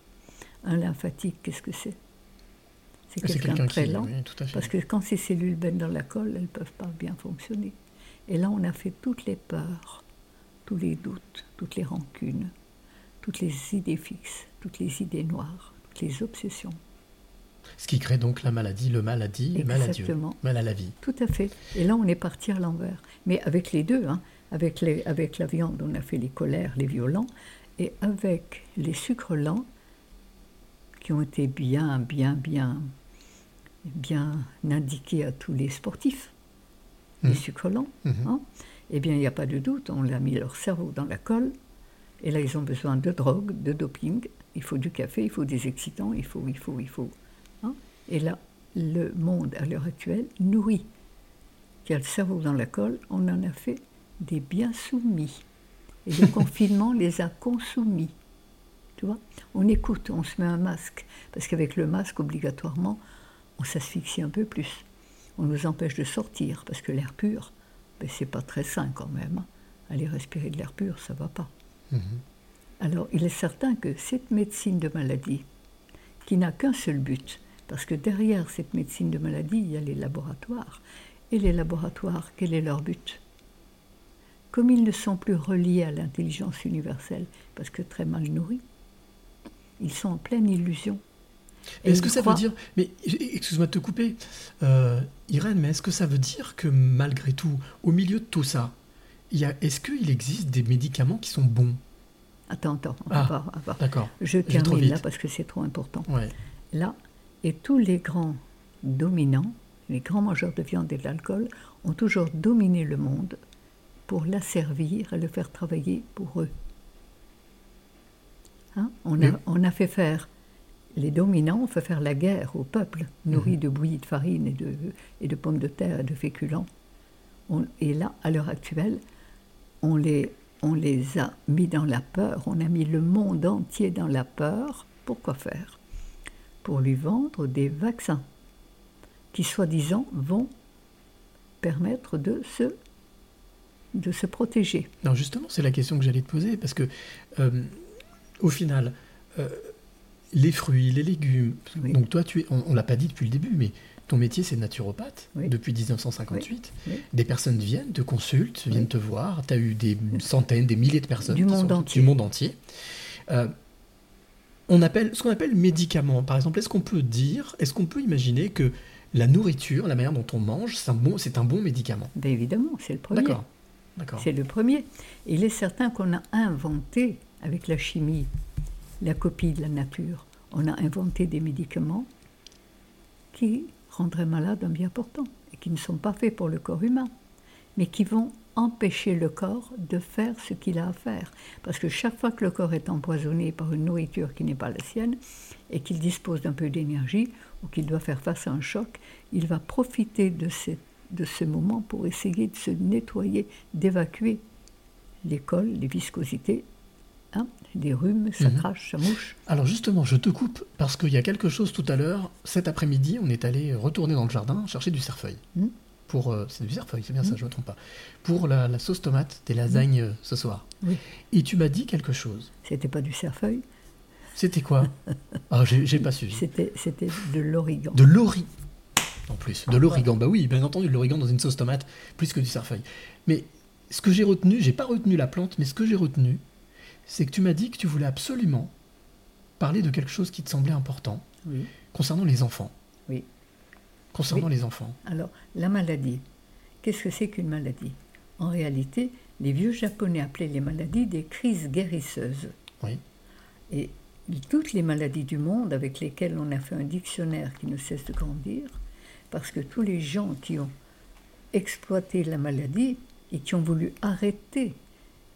Un lymphatique, qu'est-ce que c'est? C'est C'est quelqu'un quelqu'un très qui- lent. oui, tout à fait. Parce que quand ces cellules baignent dans la colle, elles ne peuvent pas bien fonctionner. Et là, on a fait toutes les peurs, tous les doutes, toutes les rancunes, toutes les idées fixes, toutes les idées noires, toutes les obsessions. Ce qui crée donc la maladie, le maladie, le mal à Dieu, Exactement. mal à la vie. Tout à fait. Et là, on est parti à l'envers. Mais avec les deux, hein, avec, les, avec la viande, on a fait les colères, les violents, et avec les sucres lents, qui ont été bien, bien, bien, bien indiqués à tous les sportifs, les Mhm. sucres lents, Mhm. hein, eh bien, il n'y a pas de doute, on a mis leur cerveau dans la colle, et là, ils ont besoin de drogue, de doping, il faut du café, il faut des excitants, il faut, il faut, il faut. Hein. Et là, le monde, à l'heure actuelle, nourrit, qui a le cerveau dans la colle, on en a fait des bien soumis. Et le confinement les a consoumis. Tu vois, on écoute, on se met un masque, parce qu'avec le masque, obligatoirement, on s'asphyxie un peu plus. On nous empêche de sortir, parce que l'air pur, ben, c'est pas très sain quand même. Hein. Aller respirer de l'air pur, ça va pas. Mhm. Alors, il est certain que cette médecine de maladie, qui n'a qu'un seul but, parce que derrière cette médecine de maladie, il y a les laboratoires. Et les laboratoires, quel est leur but? Comme ils ne sont plus reliés à l'intelligence universelle, parce que très mal nourris, ils sont en pleine illusion. Et Est-ce que ils ça croient- veut dire, mais excuse-moi de te couper, euh, Irène, mais est-ce que ça veut dire que malgré tout, au milieu de tout ça, il y a, est-ce qu'il existe des médicaments qui sont bons? Attends, attends, on Ah, va pas- on va- d'accord. Je Je vais trop termine là vite. parce que c'est trop important. Ouais. Là, et tous les grands dominants, les grands mangeurs de viande et d'alcool, ont toujours dominé le monde pour l'asservir et le faire travailler pour eux. Hein? on, a, Oui. on a fait faire, les dominants ont fait faire la guerre au peuple, nourri de bouillie de farine et de, et de pommes de terre et de féculents. On- et là, à l'heure actuelle, on les, on les a mis dans la peur, on a mis le monde entier dans la peur. Pourquoi faire? Pour lui vendre des vaccins qui, soi-disant, vont permettre de se, de se protéger. Non, justement, c'est la question que j'allais te poser, parce que, euh, au final, euh, les fruits, les légumes, Oui. donc toi, tu es, on ne l'a pas dit depuis le début, mais ton métier, c'est naturopathe, Oui. depuis dix-neuf cent cinquante-huit. Oui, oui. Des personnes viennent, te consultent, viennent Oui. te voir, tu as eu des centaines, des milliers de personnes. Du qui monde sont- entier. Du monde entier. Euh, on appelle, ce qu'on appelle médicaments, par exemple, est-ce qu'on peut dire, est-ce qu'on peut imaginer que la nourriture, la manière dont on mange, c'est un bon, c'est un bon médicament? Ben évidemment, c'est le premier. D'accord. D'accord. C'est le premier. Il est certain qu'on a inventé, avec la chimie, la copie de la nature, on a inventé des médicaments qui rendraient malade un bien portant et qui ne sont pas faits pour le corps humain, mais qui vont empêcher le corps de faire ce qu'il a à faire. Parce que chaque fois que le corps est empoisonné par une nourriture qui n'est pas la sienne et qu'il dispose d'un peu d'énergie ou qu'il doit faire face à un choc, il va profiter de, ces, de ce moment pour essayer de se nettoyer, d'évacuer les cols, les viscosités, hein, des rhumes, ça Mhm. crache, ça mouche. Alors justement, je te coupe parce qu'il y a quelque chose tout à l'heure. Cet après-midi, on est allé retourner dans le jardin chercher du cerfeuil. Mm. Pour, euh, c'est du cerfeuil, c'est bien Mm. ça, je ne me trompe pas. Pour la, la sauce tomate des lasagnes euh, ce soir. Oui. Et tu m'as dit quelque chose. C'était pas du cerfeuil, C'était quoi? Ah, j'ai j'ai pas suivi. c'était, c'était de l'origan. De l'origan. En plus, de l'origan. Bah oui, bien entendu, de l'origan dans une sauce tomate, plus que du cerfeuil. Mais ce que j'ai retenu, j'ai pas retenu la plante, mais ce que j'ai retenu, c'est que tu m'as dit que tu voulais absolument parler de quelque chose qui te semblait important Oui. concernant les enfants. Oui. Concernant Oui. les enfants. Alors, la maladie, qu'est-ce que c'est qu'une maladie? En réalité, les vieux Japonais appelaient les maladies des crises guérisseuses. Oui. Et toutes les maladies du monde avec lesquelles on a fait un dictionnaire qui ne cesse de grandir, parce que tous les gens qui ont exploité la maladie et qui ont voulu arrêter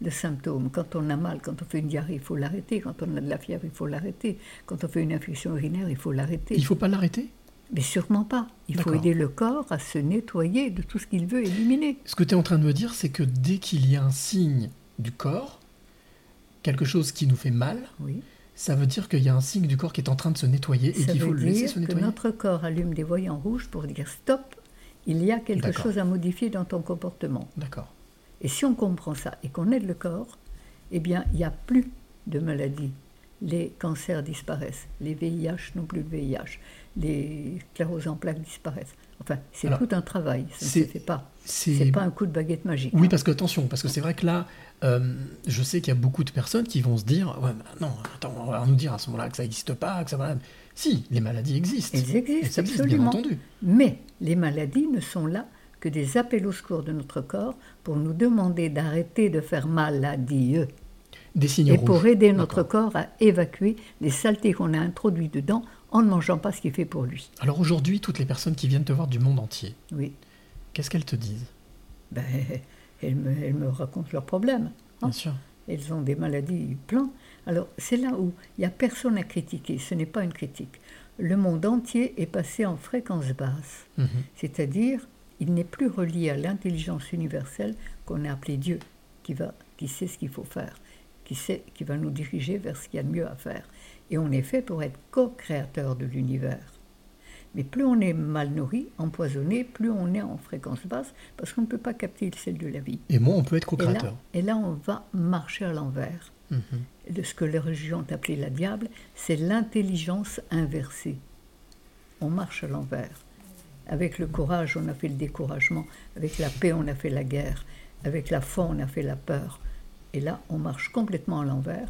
de symptômes. Quand on a mal, quand on fait une diarrhée, il faut l'arrêter. Quand on a de la fièvre, il faut l'arrêter. Quand on fait une infection urinaire, il faut l'arrêter. Il ne faut pas l'arrêter ? Mais sûrement pas. Il faut D'accord. aider le corps à se nettoyer de tout ce qu'il veut éliminer. Ce que tu es en train de me dire, c'est que dès qu'il y a un signe du corps, quelque chose qui nous fait mal, Oui. ça veut dire qu'il y a un signe du corps qui est en train de se nettoyer et Ça qu'il faut veut le laisser dire se que nettoyer. notre corps allume des voyants rouges pour dire stop, il y a quelque D'accord. chose à modifier dans ton comportement. D'accord. Et si on comprend ça et qu'on aide le corps, eh bien, il n'y a plus de maladies. Les cancers disparaissent, les V I H n'ont plus de V I H, les scléroses en plaques disparaissent. Enfin, c'est Alors, tout un travail, ça ne c'est- se fait pas. C'est C'est pas un coup de baguette magique. Oui, hein. parce que attention, parce que c'est vrai que là, euh, je sais qu'il y a beaucoup de personnes qui vont se dire, ouais, mais non, attends, on va nous dire à ce moment-là que ça n'existe pas, que ça va. Si, les maladies existent. Elles existent, Elles existent, absolument. bien entendu. Mais les maladies ne sont là que des appels au secours de notre corps pour nous demander d'arrêter de faire maladieux. Des signes Et rouges. pour aider notre D'accord. corps à évacuer les saletés qu'on a introduites dedans en ne mangeant pas ce qu'il fait pour lui. Alors aujourd'hui, toutes les personnes qui viennent te voir du monde entier, Oui. qu'est-ce qu'elles te disent ? Ben, elles, me, elles me racontent leurs problèmes. hein. Bien sûr. Elles ont des maladies plein. Alors, c'est là où il n'y a personne à critiquer. Ce n'est pas une critique. Le monde entier est passé en fréquence basse. Mhm. C'est-à-dire, il n'est plus relié à l'intelligence universelle qu'on a appelée Dieu, qui, va, qui sait ce qu'il faut faire, qui, sait, qui va nous diriger vers ce qu'il y a de mieux à faire. Et on est fait pour être co-créateur de l'univers. Mais plus on est mal nourri, empoisonné, plus on est en fréquence basse, parce qu'on ne peut pas capter celle de la vie. Et moi, on peut être Et là, co-créateur. et là, on va marcher à l'envers. Mhm. De ce que les religions ont appelé la diable, c'est l'intelligence inversée. On marche à l'envers. Avec le courage, on a fait le découragement. Avec la paix, on a fait la guerre. Avec la foi, on a fait la peur. Et là, on marche complètement à l'envers.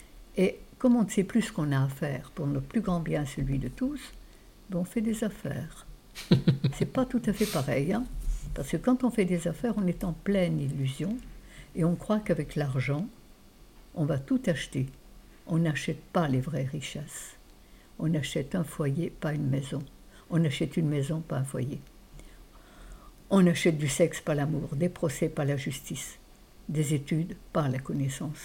Et comme on ne sait plus ce qu'on a à faire pour notre plus grand bien, celui de tous, ben on fait des affaires. C'est pas tout à fait pareil, hein, parce que quand on fait des affaires, on est en pleine illusion et on croit qu'avec l'argent, on va tout acheter. On n'achète pas les vraies richesses. On achète un foyer, pas une maison. On achète une maison, pas un foyer. On achète du sexe, pas l'amour, des procès, pas la justice, des études, pas la connaissance,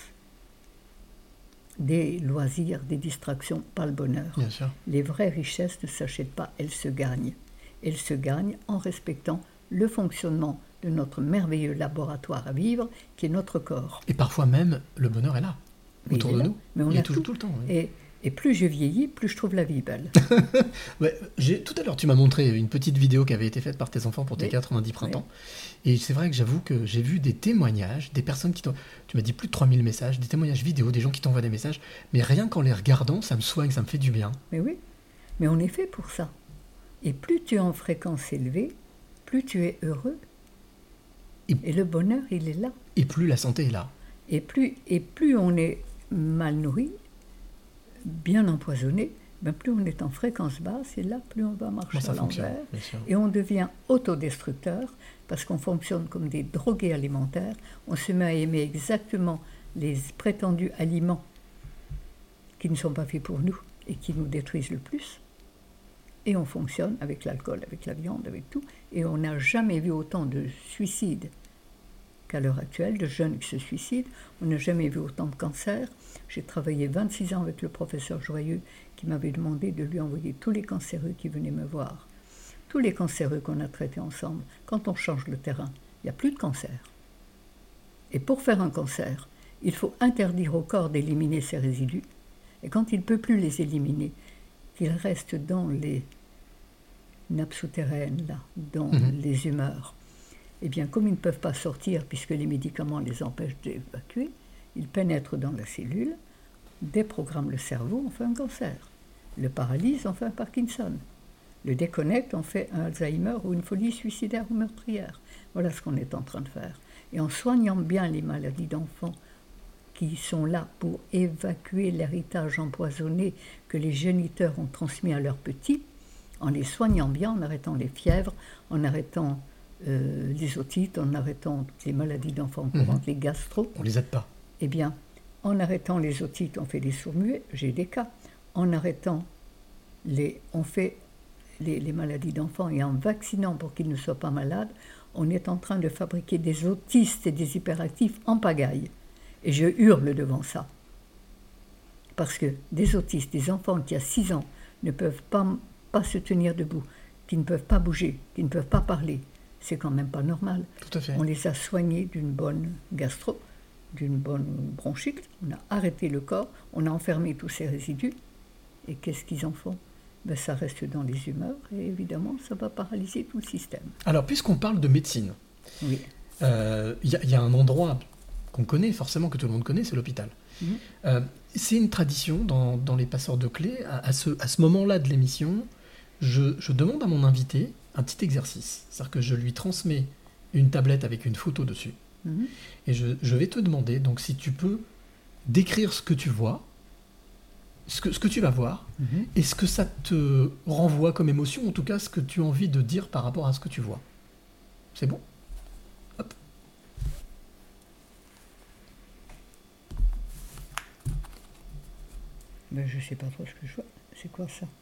des loisirs, des distractions, pas le bonheur. Bien sûr. Les vraies richesses ne s'achètent pas, elles se gagnent. Elles se gagnent en respectant le fonctionnement de notre merveilleux laboratoire à vivre, qui est notre corps. Et parfois même, le bonheur est là, Mais autour il est de là. nous. Mais on il a est toujours tout. tout le temps. oui. Et, et plus je vieillis, plus je trouve la vie belle. Ouais, j'ai, tout à l'heure, tu m'as montré une petite vidéo qui avait été faite par tes enfants pour tes Oui. quatre-vingt-dix printemps. Et c'est vrai que j'avoue que j'ai vu des témoignages, des personnes qui t'ont... Tu m'as dit plus de trois mille messages, des témoignages vidéo, des gens qui t'envoient des messages. Mais rien qu'en les regardant, ça me soigne, ça me fait du bien. Mais oui, mais on est fait pour ça. Et plus tu es en fréquence élevée, plus tu es heureux. Et- Et le bonheur, il est là. Et plus la santé est là. Et plus, et plus on est mal nourri, bien empoisonné, ben plus on est en fréquence basse, et là, plus on va marcher Comment ça à fonctionne, l'envers. bien sûr. Et on devient autodestructeur, parce qu'on fonctionne comme des drogués alimentaires. On se met à aimer exactement les prétendus aliments qui ne sont pas faits pour nous et qui nous détruisent le plus. Et on fonctionne avec l'alcool, avec la viande, avec tout. Et on n'a jamais vu autant de suicides qu'à l'heure actuelle, de jeunes qui se suicident. On n'a jamais vu autant de cancers. J'ai travaillé vingt-six ans avec le professeur Joyeux qui m'avait demandé de lui envoyer tous les cancéreux qui venaient me voir. Tous les cancéreux qu'on a traités ensemble, quand on change le terrain, il n'y a plus de cancer. Et pour faire un cancer, il faut interdire au corps d'éliminer ses résidus. Et quand il ne peut plus les éliminer, qu'ils restent dans les nappes souterraines, là, dans Mhm. les humeurs, eh bien, comme ils ne peuvent pas sortir, puisque les médicaments les empêchent d'évacuer, ils pénètrent dans la cellule, déprogramment le cerveau, on fait un cancer. Le paralyse, on fait un Parkinson. Le déconnecte, on fait un Alzheimer ou une folie suicidaire ou meurtrière. Voilà ce qu'on est en train de faire. Et en soignant bien les maladies d'enfants qui sont là pour évacuer l'héritage empoisonné que les géniteurs ont transmis à leurs petits, en les soignant bien, en arrêtant les fièvres, en arrêtant euh, les otites, en arrêtant toutes les maladies d'enfants courantes, Mhm. les gastro, On les aide pas. eh bien, en arrêtant les otites, on fait des sourds-muets, j'ai des cas. En arrêtant, les, on fait les, les maladies d'enfants et en vaccinant pour qu'ils ne soient pas malades, on est en train de fabriquer des autistes et des hyperactifs en pagaille. Et je hurle devant ça. Parce que des autistes, des enfants qui à six ans ne peuvent pas, pas se tenir debout, qui ne peuvent pas bouger, qui ne peuvent pas parler, c'est quand même pas normal. Tout à fait. On les a soignés d'une bonne gastro, d'une bonne bronchite, on a arrêté le corps, on a enfermé tous ces résidus, et qu'est-ce qu'ils en font? Ben, ça reste dans les humeurs, et évidemment, ça va paralyser tout le système. Alors, puisqu'on parle de médecine, oui. euh, y, y a un endroit qu'on connaît, forcément que tout le monde connaît, c'est l'hôpital. Mmh. Euh, c'est une tradition dans, dans les passeurs de clés, à, à, ce, à ce moment-là de l'émission, je, je demande à mon invité un petit exercice. C'est-à-dire que je lui transmets une tablette avec une photo dessus. Mmh. Et je, je vais te demander, donc si tu peux décrire ce que tu vois, ce que, ce que tu vas voir, mmh. et ce que ça te renvoie comme émotion, en tout cas ce que tu as envie de dire par rapport à ce que tu vois. C'est bon ? Hop. Ben, je sais pas trop ce que je vois. C'est quoi ça?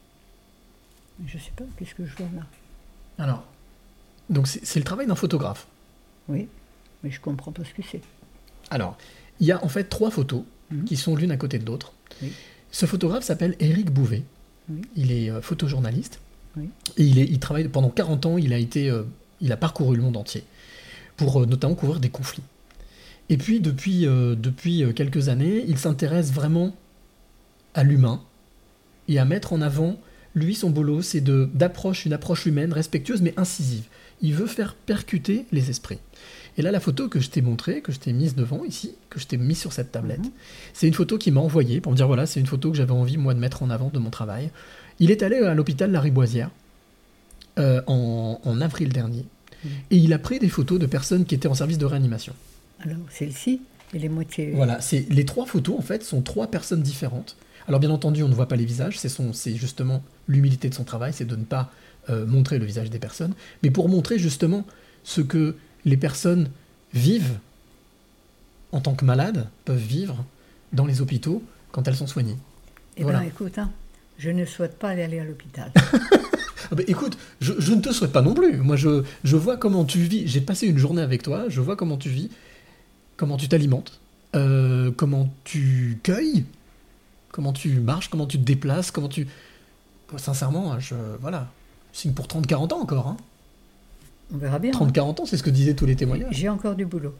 Je sais pas, qu'est-ce que je vois là? Alors, donc c'est, c'est le travail d'un photographe. Oui, mais je comprends pas ce que c'est. Alors, il y a en fait trois photos mmh. qui sont l'une à côté de l'autre. Oui. Ce photographe s'appelle Éric Bouvet. Oui. Il est euh, photojournaliste. Oui. Et il, est, il travaille pendant quarante ans, il a, été, euh, il a parcouru le monde entier pour euh, notamment couvrir des conflits. Et puis, depuis, euh, depuis quelques années, il s'intéresse vraiment à l'humain et à mettre en avant, lui, son boulot, c'est de, d'approche, une approche humaine, respectueuse mais incisive. Il veut faire percuter les esprits. Et là, la photo que je t'ai montrée, que je t'ai mise devant ici, que je t'ai mise sur cette tablette, mmh. c'est une photo qu'il m'a envoyée pour me dire, voilà, c'est une photo que j'avais envie, moi, de mettre en avant de mon travail. Il est allé à l'hôpital Lariboisière euh, en, en avril dernier. Mmh. Et il a pris des photos de personnes qui étaient en service de réanimation. Alors, celle-ci, elle est moitié... Voilà, c'est, les trois photos, en fait, sont trois personnes différentes. Alors, bien entendu, on ne voit pas les visages, c'est, son, c'est justement l'humilité de son travail, c'est de ne pas euh, montrer le visage des personnes, mais pour montrer justement ce que les personnes vivent en tant que malades, peuvent vivre dans les hôpitaux quand elles sont soignées. Eh voilà. bien, écoute, hein, je ne souhaite pas aller à l'hôpital. Ah ben, écoute, je, je ne te souhaite pas non plus. Moi, je, je vois comment tu vis. J'ai passé une journée avec toi, je vois comment tu vis, comment tu t'alimentes, euh, comment tu cueilles, comment tu marches, comment tu te déplaces, comment tu... Sincèrement, je... Voilà. Signe pour trente à quarante ans encore, hein. On verra bien. trente à quarante ans, c'est ce que disaient tous les témoignages. J'ai encore du boulot.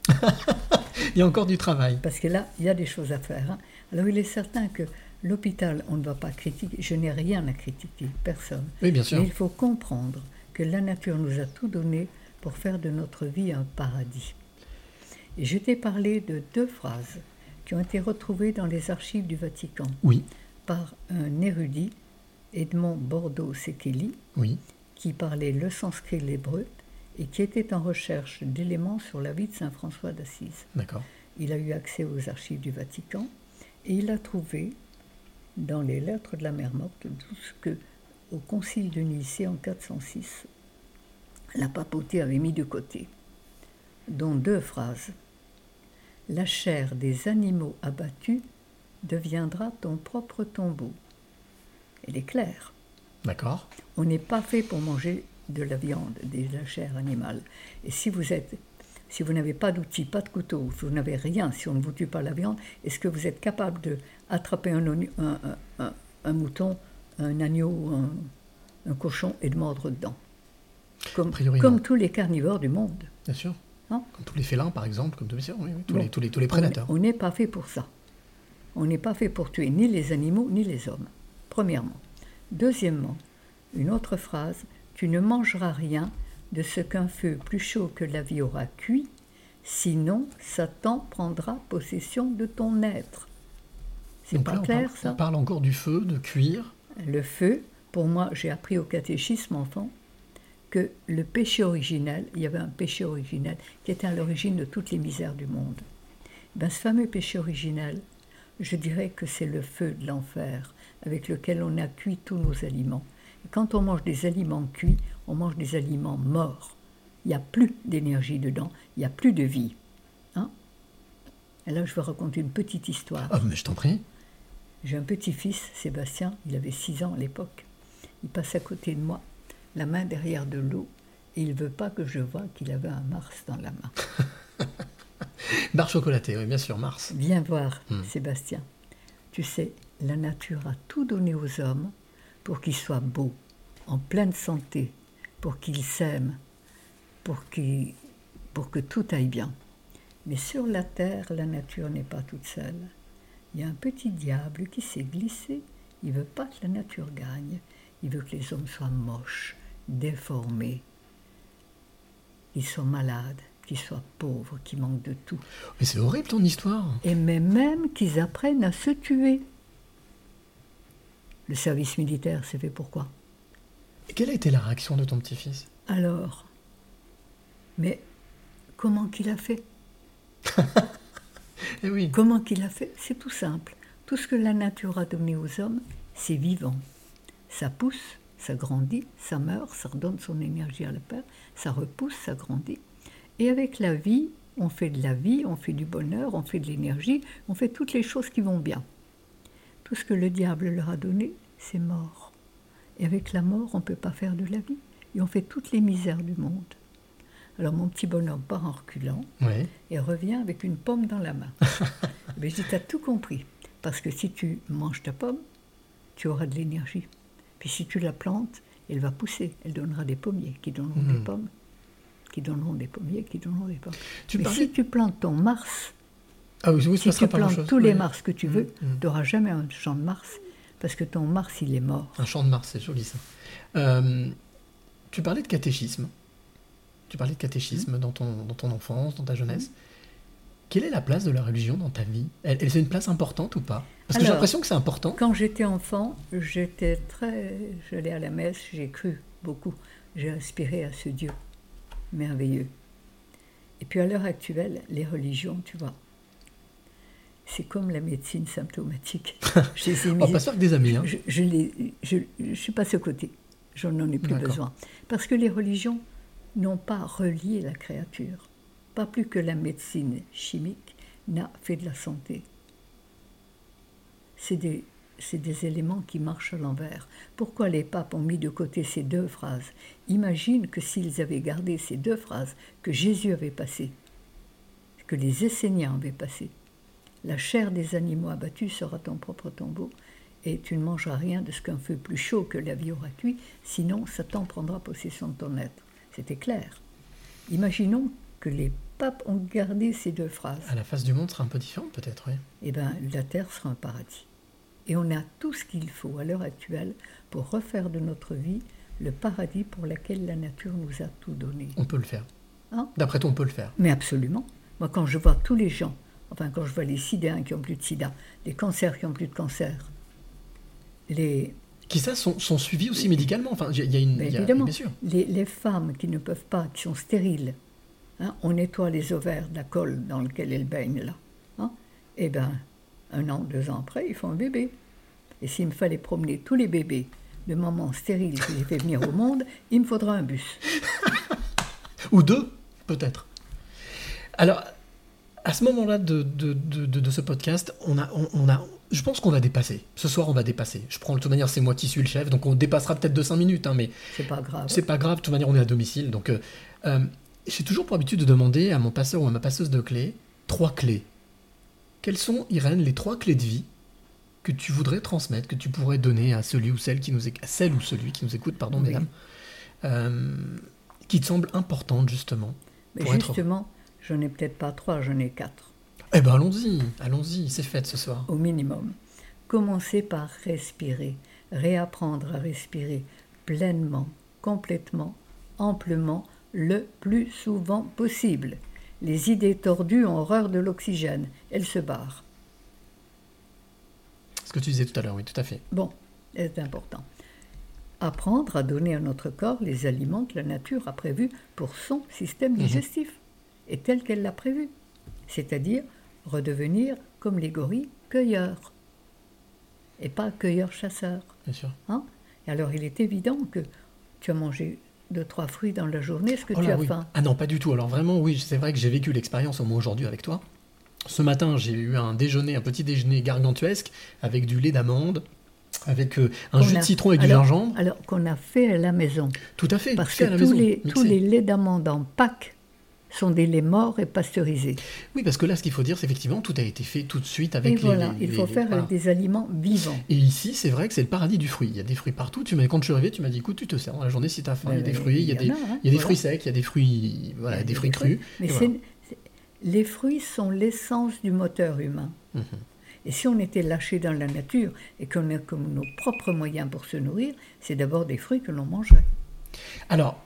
Il y a encore du travail. Parce que là, il y a des choses à faire. Hein. Alors, il est certain que l'hôpital, on ne va pas critiquer. Je n'ai rien à critiquer, personne. Oui, bien sûr. Mais il faut comprendre que la nature nous a tout donné pour faire de notre vie un paradis. Et je t'ai parlé de deux phrases qui ont été retrouvées dans les archives du Vatican. Oui. Par un érudit, Edmond Bordeaux-Sekeli. Oui. Qui parlait le sanskrit et l'hébreu et qui était en recherche d'éléments sur la vie de saint François d'Assise. D'accord. Il a eu accès aux archives du Vatican et il a trouvé dans les lettres de la Mère Morte tout ce que, au concile de Nicée en quatre cent six, la papauté avait mis de côté, dont deux phrases. « La chair des animaux abattus deviendra ton propre tombeau. » Elle est claire. D'accord. On n'est pas fait pour manger de la viande, de la chair animale. Et si vous êtes, si vous n'avez pas d'outils, pas de couteau, si vous n'avez rien, si on ne vous tue pas la viande, est-ce que vous êtes capable d'attraper un, un, un, un, un mouton, un agneau, un, un cochon et de mordre dedans? Comme, comme tous les carnivores du monde. Bien sûr. Hein? Comme tous les félins, par exemple, comme tous les, oui, oui, tous, bon. les, tous, les, tous les prédateurs. On n'est pas fait pour ça. On n'est pas fait pour tuer ni les animaux ni les hommes, premièrement. Deuxièmement, une autre phrase, « Tu ne mangeras rien de ce qu'un feu plus chaud que la vie aura cuit, sinon Satan prendra possession de ton être. » C'est Donc pas là, clair, on parle, ça? On parle encore du feu, de cuire. Le feu, pour moi, j'ai appris au catéchisme, enfant, que le péché originel, il y avait un péché originel qui était à l'origine de toutes les misères du monde. Ben, ce fameux péché originel, je dirais que c'est le feu de l'enfer avec lequel on a cuit tous nos aliments. Et quand on mange des aliments cuits, on mange des aliments morts. Il n'y a plus d'énergie dedans, il n'y a plus de vie. Hein? Et là, je vais raconter une petite histoire. Oh, mais je t'en prie. J'ai un petit-fils, Sébastien, il avait six ans à l'époque. Il passe à côté de moi, la main derrière de l'eau, et il ne veut pas que je voie qu'il avait un Mars dans la main. Barre chocolatée, oui, bien sûr, Mars. Viens voir, Hmm. Sébastien. Tu sais, la nature a tout donné aux hommes pour qu'ils soient beaux, en pleine santé, pour qu'ils s'aiment, pour, qu'ils- pour que tout aille bien. Mais sur la terre, la nature n'est pas toute seule. Il y a un petit diable qui s'est glissé. Il veut pas que la nature gagne. Il veut que les hommes soient moches, déformés, qu'ils soient malades, qu'ils soient pauvres, qu'ils manquent de tout. Mais c'est horrible ton histoire. Et mais même qu'ils apprennent à se tuer. Le service militaire, c'est fait pourquoi? Et quelle a été la réaction de ton petit-fils? Alors, mais comment qu'il a fait? Eh oui. Comment qu'il a fait? C'est tout simple. Tout ce que la nature a donné aux hommes, c'est vivant. Ça pousse, ça grandit, ça meurt, ça redonne son énergie à la terre, ça repousse, ça grandit. Et avec la vie, on fait de la vie, on fait du bonheur, on fait de l'énergie, on fait toutes les choses qui vont bien. Tout ce que le diable leur a donné, c'est mort. Et avec la mort, on ne peut pas faire de la vie. Et on fait toutes les misères du monde. Alors mon petit bonhomme part en reculant Ouais. et revient avec une pomme dans la main. Mais je dis, tu as tout compris. Parce que si tu manges ta pomme, tu auras de l'énergie. Puis si tu la plantes, elle va pousser. Elle donnera des pommiers qui donneront Mhm. des pommes, qui donneront des pommiers, qui donneront des pommes. Tu Mais parlais- si tu plantes ton Mars, Ah oui, oui, ça si sera tu pas plantes grand-chose. tous les Ouais. Mars que tu veux, Mhm. tu n'auras jamais un champ de Mars, parce que ton Mars, il est mort. Un champ de Mars, c'est joli ça. Euh, tu parlais de catéchisme. Tu parlais de catéchisme dans, ton, dans ton enfance, dans ta jeunesse. Quelle est la place de la religion dans ta vie? Elle, elle c'est une place importante ou pas? Parce que j'ai Alors, l'impression que c'est important. Quand j'étais enfant, j'étais très... J'allais à la messe, j'ai cru beaucoup. J'ai aspiré à ce Dieu merveilleux. Et puis à l'heure actuelle, les religions, tu vois, c'est comme la médecine symptomatique. Je les ai On va mis- pas se faire que des amis. Hein. Je, je, les- je, je suis passée à côté. Je n'en ai plus D'accord. besoin. Parce que les religions n'ont pas relié la créature. Pas plus que la médecine chimique n'a fait de la santé. C'est des, c'est des éléments qui marchent à l'envers. Pourquoi les papes ont mis de côté ces deux phrases? Imagine que s'ils avaient gardé ces deux phrases que Jésus avait passées, que les Esséniens avaient passées, la chair des animaux abattus sera ton propre tombeau, et tu ne mangeras rien de ce qu'un feu plus chaud que la vie aura cuit, sinon Satan prendra possession de ton être. C'était clair. Imaginons que les papes ont gardé ces deux phrases. À la face du monde sera un peu différente peut-être, oui. Eh bien, la terre sera un paradis. Et on a tout ce qu'il faut à l'heure actuelle pour refaire de notre vie le paradis pour lequel la nature nous a tout donné. On peut le faire. Hein? D'après toi, on peut le faire. Mais absolument. Moi, quand je vois tous les gens, enfin, quand je vois les sidéens qui n'ont plus de sida, les cancers qui n'ont plus de cancer, les... Qui ça sont, sont suivis aussi médicalement. Enfin, il y a une. Mais il y a- évidemment, bien sûr. les, les femmes qui ne peuvent pas, qui sont stériles, hein, on nettoie les ovaires de la colle dans laquelle elles baignent là. Hein, et bien, un an, deux ans après, ils font un bébé. Et s'il me fallait promener tous les bébés de mamans stériles que j'ai fait venir au monde, il me faudra un bus. Ou deux, peut-être. Alors, à ce moment-là de, de, de, de, de ce podcast, on a, on, on a, je pense qu'on va dépasser. Ce soir, on va dépasser. Je prends de toute manière, c'est moi qui suis le chef, donc on dépassera peut-être de cinq minutes, hein, mais C'est pas grave. c'est pas grave. De toute manière, on est à domicile. Donc, euh, euh, j'ai toujours pour habitude de demander à mon passeur ou à ma passeuse de clés trois clés. Quelles sont, Irène, les trois clés de vie que tu voudrais transmettre, que tu pourrais donner à celui ou celle qui nous éc- à celle ou celui qui nous écoute, pardon, Oui. mesdames, euh, qui te semblent importantes justement Mais pour être heureux. justement, j'en ai peut-être pas trois, j'en ai quatre. Eh ben allons-y, allons-y, c'est fait ce soir. Au minimum. Commencez par respirer, réapprendre à respirer pleinement, complètement, amplement, le plus souvent possible. Les idées tordues ont horreur de l'oxygène, elles se barrent. Ce que tu disais tout à l'heure, oui, tout à fait. Bon, c'est important. Apprendre à donner à notre corps les aliments que la nature a prévus pour son système digestif, et tel qu'elle l'a prévu. C'est-à-dire redevenir, comme les gorilles, cueilleurs, et pas cueilleurs-chasseurs. Bien sûr. Hein? Et alors, il est évident que tu as mangé deux, trois fruits dans la journée. Est-ce que Oh tu là, as oui. faim? Ah non, pas du tout. Alors vraiment, oui, c'est vrai que j'ai vécu l'expérience au moins aujourd'hui avec toi. Ce matin, j'ai eu un déjeuner, un petit déjeuner gargantuesque avec du lait d'amande, avec euh, un Qu'on jus de a- citron avec alors- du gingembre. Alors qu'on a fait à la maison. Tout à fait, Parce fait que à la tous maison, les, mixé. tous les laits d'amande en pack sont des laits morts et pasteurisés. Oui, parce que là, ce qu'il faut dire, c'est effectivement, tout a été fait tout de suite avec et les... voilà, les- il faut les- faire voilà. avec des aliments vivants. Et ici, c'est vrai que c'est le paradis du fruit. Il y a des fruits partout. Tu m'as, quand je suis arrivé, tu m'as dit, écoute, tu te sers dans la journée si tu as faim. Ben, il y a des ben, fruits, il y a il des, y en a, hein, il y a des voilà. fruits secs, il y a des fruits, voilà, Il y a des des fruits fruits. crus. Mais Et c'est- voilà. c'est- les fruits sont l'essence du moteur humain. Mhm. Et si on était lâché dans la nature et qu'on a comme nos propres moyens pour se nourrir, c'est d'abord des fruits que l'on mangerait. Alors,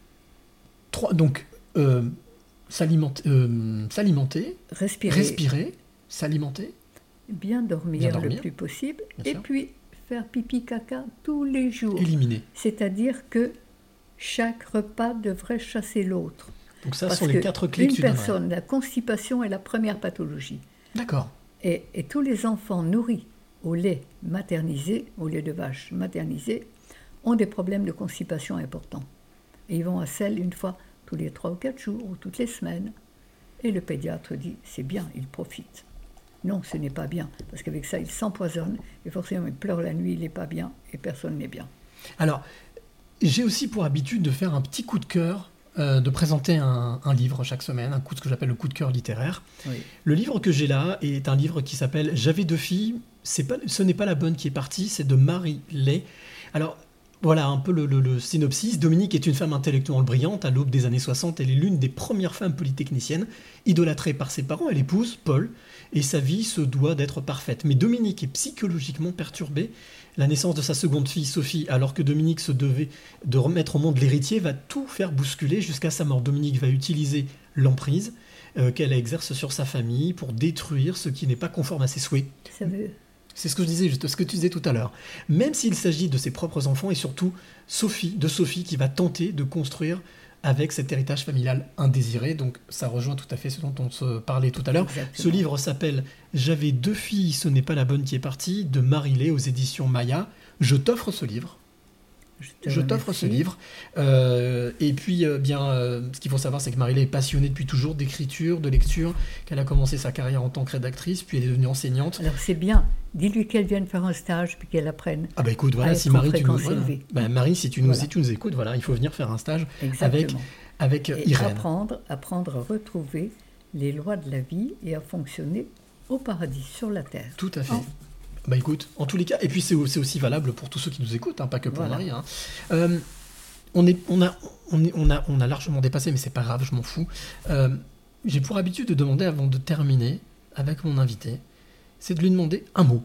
trois, donc, euh, s'alimenter, euh, s'alimenter, Respirer, respirer, s'alimenter. bien dormir, Bien dormir. le plus possible, Bien et sûr. puis faire pipi caca tous les jours. Éliminer. C'est-à-dire que chaque repas devrait chasser l'autre. Donc ça, Parce ce sont les que quatre clés que une tu donnerais. personne, la constipation est la première pathologie. D'accord. Et, et tous les enfants nourris au lait maternisé, au lait de vache maternisé, ont des problèmes de constipation importants. Et ils vont à selle une fois tous les trois ou quatre jours ou toutes les semaines. Et le pédiatre dit, c'est bien, il profite. Non, ce n'est pas bien, parce qu'avec ça, il s'empoisonne, et forcément, il pleure la nuit, il n'est pas bien, et personne n'est bien. Alors, j'ai aussi pour habitude de faire un petit coup de cœur, euh, de présenter un, un livre chaque semaine, un coup de ce que j'appelle le coup de cœur littéraire. Oui. Le livre que j'ai là est un livre qui s'appelle « J'avais deux filles, c'est pas, ce n'est pas la bonne qui est partie », c'est de Marie Lay. Alors, voilà un peu le, le- le synopsis. Dominique est une femme intellectuellement brillante. À l'aube des années soixante, elle est l'une des premières femmes polytechniciennes, idolâtrée par ses parents. Elle épouse Paul, et sa vie se doit d'être parfaite. Mais Dominique est psychologiquement perturbée. La naissance de sa seconde fille, Sophie, alors que Dominique se devait de remettre au monde l'héritier, va tout faire bousculer jusqu'à sa mort. Dominique va utiliser l'emprise euh, qu'elle exerce sur sa famille pour détruire ce qui n'est pas conforme à ses souhaits. Ça veut... C'est ce que je disais, juste ce que tu disais tout à l'heure. Même s'il s'agit de ses propres enfants et surtout Sophie, de Sophie qui va tenter de construire avec cet héritage familial indésiré. Donc ça rejoint tout à fait ce dont on se parlait tout à l'heure. Exactement. Ce livre s'appelle « J'avais deux filles, ce n'est pas la bonne qui est partie » de Marie Lay aux éditions Maya. Je t'offre ce livre. Je, te Je t'offre remercie. ce livre. Euh, et puis, euh, bien, euh, ce qu'il faut savoir, c'est que Marie-Lé est passionnée depuis toujours d'écriture, de lecture, qu'elle a commencé sa carrière en tant que rédactrice, puis elle est devenue enseignante. Alors c'est bien, dis-lui qu'elle vienne faire un stage, puis qu'elle apprenne. Ah bah écoute, voilà, à si être en Marie, tu nous, fréquence voilà. élevée. Bah, Marie, si tu nous, Voilà. si tu nous écoutes, voilà, il faut venir faire un stage avec, Exactement. avec euh, Et Irène. apprendre, apprendre à retrouver les lois de la vie et à fonctionner au paradis, sur la terre. Tout à fait. Hein. Bah écoute, en tous les cas, et puis c'est au- c'est aussi valable pour tous ceux qui nous écoutent, hein, pas que pour Voilà. Marie. hein. Euh, on, est, on, a, on, est, on, a, on a largement dépassé, mais c'est pas grave, je m'en fous. Euh, J'ai pour habitude de demander, avant de terminer avec mon invité, c'est de lui demander un mot.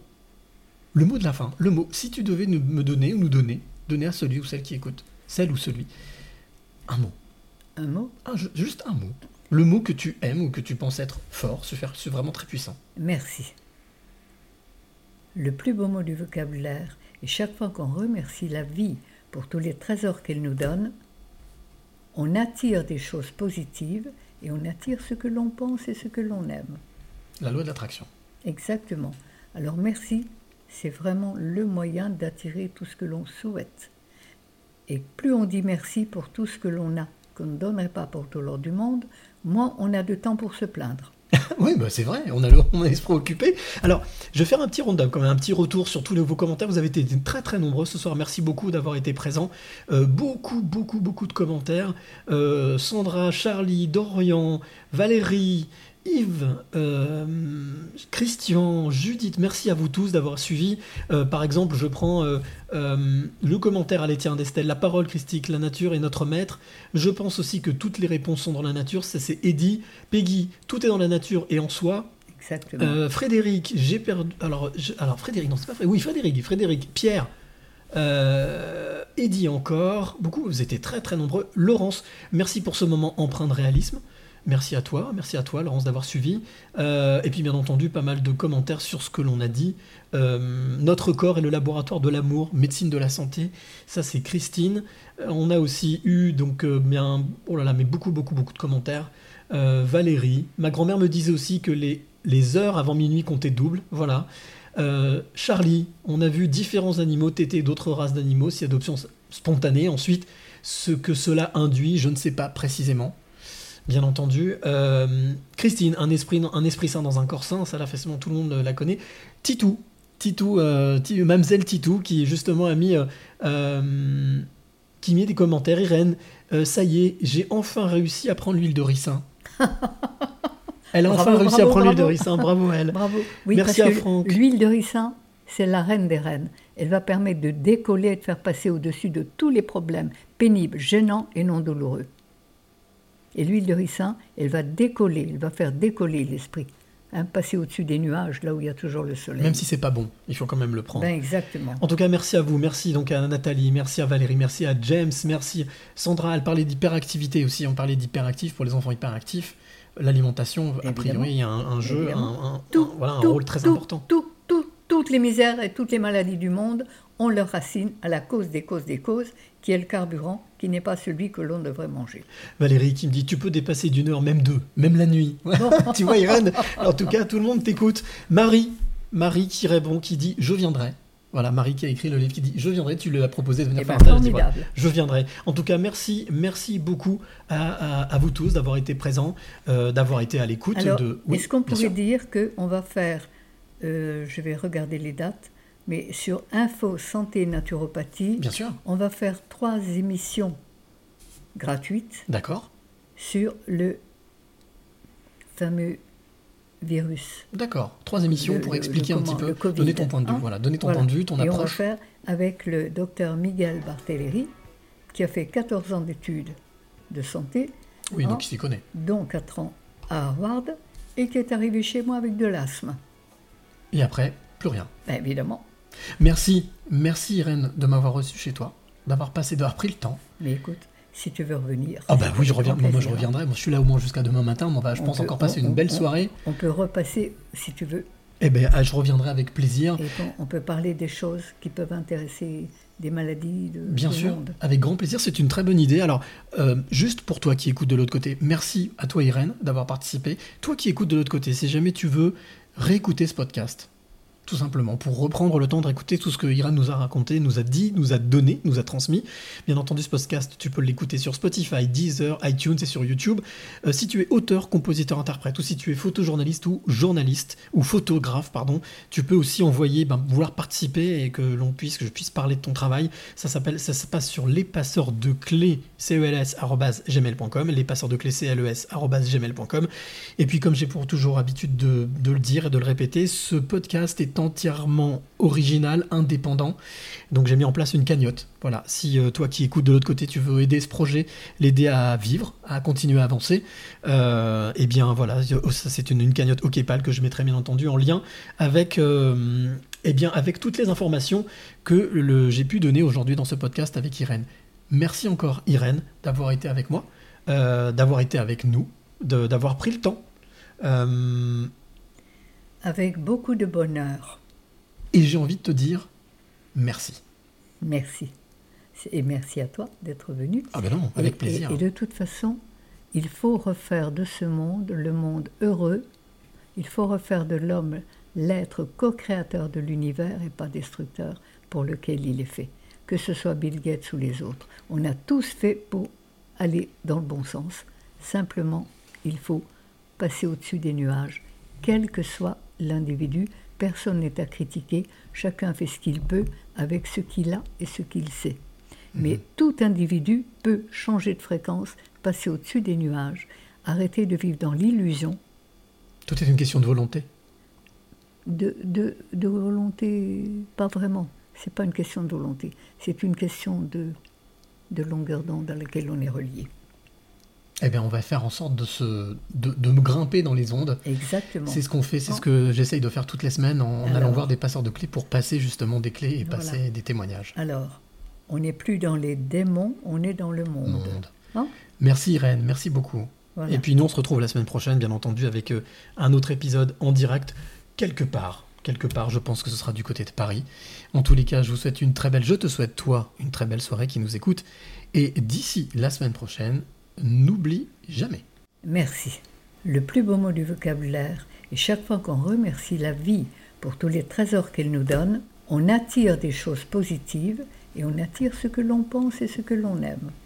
Le mot de la fin, le mot. Si tu devais nous, me donner ou nous donner, donner à celui ou celle qui écoute, celle ou celui, un mot. Un mot, Un- ju- juste un mot. Le mot que tu aimes ou que tu penses être fort, se faire, c'est vraiment très puissant. merci. Le plus beau mot du vocabulaire, et chaque fois qu'on remercie la vie pour tous les trésors qu'elle nous donne, on attire des choses positives et on attire ce que l'on pense et ce que l'on aime. La loi de l'attraction. Exactement. Alors merci, c'est vraiment le moyen d'attirer tout ce que l'on souhaite. Et plus on dit merci pour tout ce que l'on a, qu'on ne donnerait pas pour tout l'or du monde, moins on a de temps pour se plaindre. Oui, bah c'est vrai, on a, le- on a l'esprit occupé. Alors, je vais faire un petit round-up, quand même, un petit retour sur tous les- vos commentaires. Vous avez été très très nombreux ce soir. Merci beaucoup d'avoir été présents. Euh, beaucoup, beaucoup, beaucoup de commentaires. Euh, Sandra, Charlie, Dorian, Valérie, Yves, euh, Christian, Judith, merci à vous tous d'avoir suivi. Euh, par exemple, je prends euh, euh, le commentaire à l'Étienne d'Estelle, la parole christique, la nature est notre maître. Je pense aussi que toutes les réponses sont dans la nature. Ça, c'est Eddie, Peggy, tout est dans la nature et en soi. Exactement. Euh, Frédéric, j'ai perdu. Alors, je- alors Frédéric, non, c'est pas Frédéric. Oui, Frédéric, Frédéric, Pierre, euh, Eddie encore. Beaucoup, vous étiez très très nombreux. Laurence, merci pour ce moment empreint de réalisme. Merci à toi, merci à toi, Laurence, d'avoir suivi. Euh, et puis, bien entendu, pas mal de commentaires sur ce que l'on a dit. Euh, notre corps est le laboratoire de l'amour, médecine de la santé. Ça, c'est Christine. Euh, on a aussi eu, donc, euh, bien, oh là là, mais beaucoup, beaucoup, beaucoup de commentaires. Euh, Valérie. Ma grand-mère me disait aussi que les, les heures avant minuit comptaient double. Voilà. Euh, Charlie, on a vu différents animaux téter d'autres races d'animaux, si adoption spontanée. Ensuite, ce que cela induit, je ne sais pas précisément. Bien entendu. Euh, Christine, un esprit, un esprit sain dans un corps sain, ça là, forcément, tout le monde la connaît. Titou, Titou, euh, Ti- Mamselle Titou, qui justement a mis euh, euh, qui met des commentaires. Irène, euh, ça y est, j'ai enfin réussi à prendre l'huile de ricin. Elle a Bravo, enfin réussi bravo, à prendre l'huile de bravo. ricin, bravo à elle. Bravo. Oui, Merci parce à que Franck. L'huile de ricin, c'est la reine des reines. Elle va permettre de décoller et de faire passer au-dessus de tous les problèmes pénibles, gênants et non douloureux. Et l'huile de ricin, elle va décoller, elle va faire décoller l'esprit. Hein, passer au-dessus des nuages, là où il y a toujours le soleil. Même si c'est pas bon, il faut quand même le prendre. Ben exactement. En tout cas, merci à vous, merci donc à Nathalie, merci à Valérie, merci à James, merci Sandra. Elle parlait d'hyperactivité aussi, on parlait d'hyperactif pour les enfants hyperactifs. L'alimentation, a priori, il y a un, un jeu, un, un, tout, un, voilà, un tout, rôle très tout, important. Tout, tout, toutes les misères et toutes les maladies du monde ont leur racine à la cause des causes des causes, qui est le carburant, qui n'est pas celui que l'on devrait manger. Valérie qui me dit, tu peux dépasser d'une heure, même deux, même la nuit. Tu vois, Irène, en tout cas, tout le monde t'écoute. Marie, Marie qui répond, qui dit, je viendrai. Voilà, Marie qui a écrit le livre qui dit « Je viendrai », tu lui as proposé de venir eh faire ben, un stage. Voilà, formidable. je viendrai. En tout cas, merci, merci beaucoup à, à, à vous tous d'avoir été présents, euh, d'avoir été à l'écoute. Alors, de... oui, est-ce qu'on bien pourrait sûr. dire qu'on va faire, euh, je vais regarder les dates, mais sur Info Santé Naturopathie, Bien sûr. on va faire trois émissions gratuites D'accord. sur le fameux virus. D'accord. Trois émissions Le- pour le- expliquer le un petit comment, peu, le Covid, donner ton point de vue, hein. voilà, donner ton Voilà. point de vue, ton Et on va approche. faire avec le docteur Miguel Barthéléry, qui a fait quatorze ans d'études de santé, Oui, hein, donc il s'y connaît. dont quatre ans à Harvard, et qui est arrivé chez moi avec de l'asthme. Et après, plus rien. Ben, évidemment. Merci, merci Irène de m'avoir reçu chez toi, d'avoir passé, d'avoir pris le temps. Mais écoute, si tu veux revenir... Ah bah c'est oui, je avec reviens, grand moi, moi, je plaisir. reviendrai. Moi je suis là au moins jusqu'à demain matin, mais on va, je On pense peut- encore passer on- une belle on- soirée. On peut repasser, si tu veux, Eh bien, ah, je reviendrai avec plaisir. et on, on peut parler des choses qui peuvent intéresser des maladies de Bien du sûr, monde. avec grand plaisir, c'est une très bonne idée. Alors, euh, juste pour toi qui écoutes de l'autre côté, merci à toi Irène d'avoir participé. Toi qui écoutes de l'autre côté, si jamais tu veux réécouter ce podcast, tout simplement, pour reprendre le temps de réécouter tout ce que Irène nous a raconté, nous a dit, nous a donné, nous a transmis. Bien entendu, ce podcast, tu peux l'écouter sur Spotify, Deezer, iTunes et sur YouTube. Euh, si tu es auteur, compositeur, interprète, ou si tu es photojournaliste ou journaliste, ou photographe, pardon, tu peux aussi envoyer, ben, vouloir participer et que l'on puisse, que je puisse parler de ton travail. Ça s'appelle, ça se passe sur les passeurs de clés, C E L S arobase gmail point com, les passeurs de clés, C L E S arobase gmail point com. Et puis, comme j'ai pour toujours habitude de, de le dire et de le répéter, ce podcast est entièrement original, indépendant. Donc j'ai mis en place une cagnotte. Voilà, si euh, toi qui écoutes de l'autre côté, tu veux aider ce projet, l'aider à vivre, à continuer à avancer, euh, eh bien voilà, ça c'est une, une cagnotte au PayPal que je mettrai bien entendu en lien avec, euh, eh bien, avec toutes les informations que le, j'ai pu donner aujourd'hui dans ce podcast avec Irène. Merci encore Irène d'avoir été avec moi, euh, d'avoir été avec nous, de, d'avoir pris le temps. Euh, Avec beaucoup de bonheur. Et j'ai envie de te dire merci. Merci. Et merci à toi d'être venu. Ah ben non, avec Et- plaisir. Et, et de toute façon, il faut refaire de ce monde le monde heureux. Il faut refaire de l'homme l'être co-créateur de l'univers et pas destructeur pour lequel il est fait. Que ce soit Bill Gates ou les autres. On a tous fait pour aller dans le bon sens. Simplement, il faut passer au-dessus des nuages, quel que soit l'individu. Personne n'est à critiquer, chacun fait ce qu'il peut avec ce qu'il a et ce qu'il sait. Mais tout individu peut changer de fréquence, passer au-dessus des nuages, arrêter de vivre dans l'illusion. Tout est une question de volonté. De, de, de volonté, pas vraiment. C'est pas une question de volonté, c'est une question de, de longueur d'onde à laquelle on est relié. Eh bien, on va faire en sorte de, se, de, de me grimper dans les ondes. Exactement. C'est ce qu'on fait, c'est ce que j'essaye de faire toutes les semaines en, en Alors, allant voir des passeurs de clés pour passer justement des clés et Voilà. passer des témoignages. Alors, on n'est plus dans les démons, on est dans le monde. Monde. Hein? Merci Irène, merci beaucoup. Voilà. Et puis nous, on se retrouve la semaine prochaine, bien entendu, avec euh, un autre épisode en direct, quelque part. Quelque part, je pense que ce sera du côté de Paris. En tous les cas, je vous souhaite une très belle, je te souhaite toi, une très belle soirée qui nous écoute. Et d'ici la semaine prochaine, n'oublie jamais. Merci. Le plus beau mot du vocabulaire, et chaque fois qu'on remercie la vie pour tous les trésors qu'elle nous donne, on attire des choses positives et on attire ce que l'on pense et ce que l'on aime.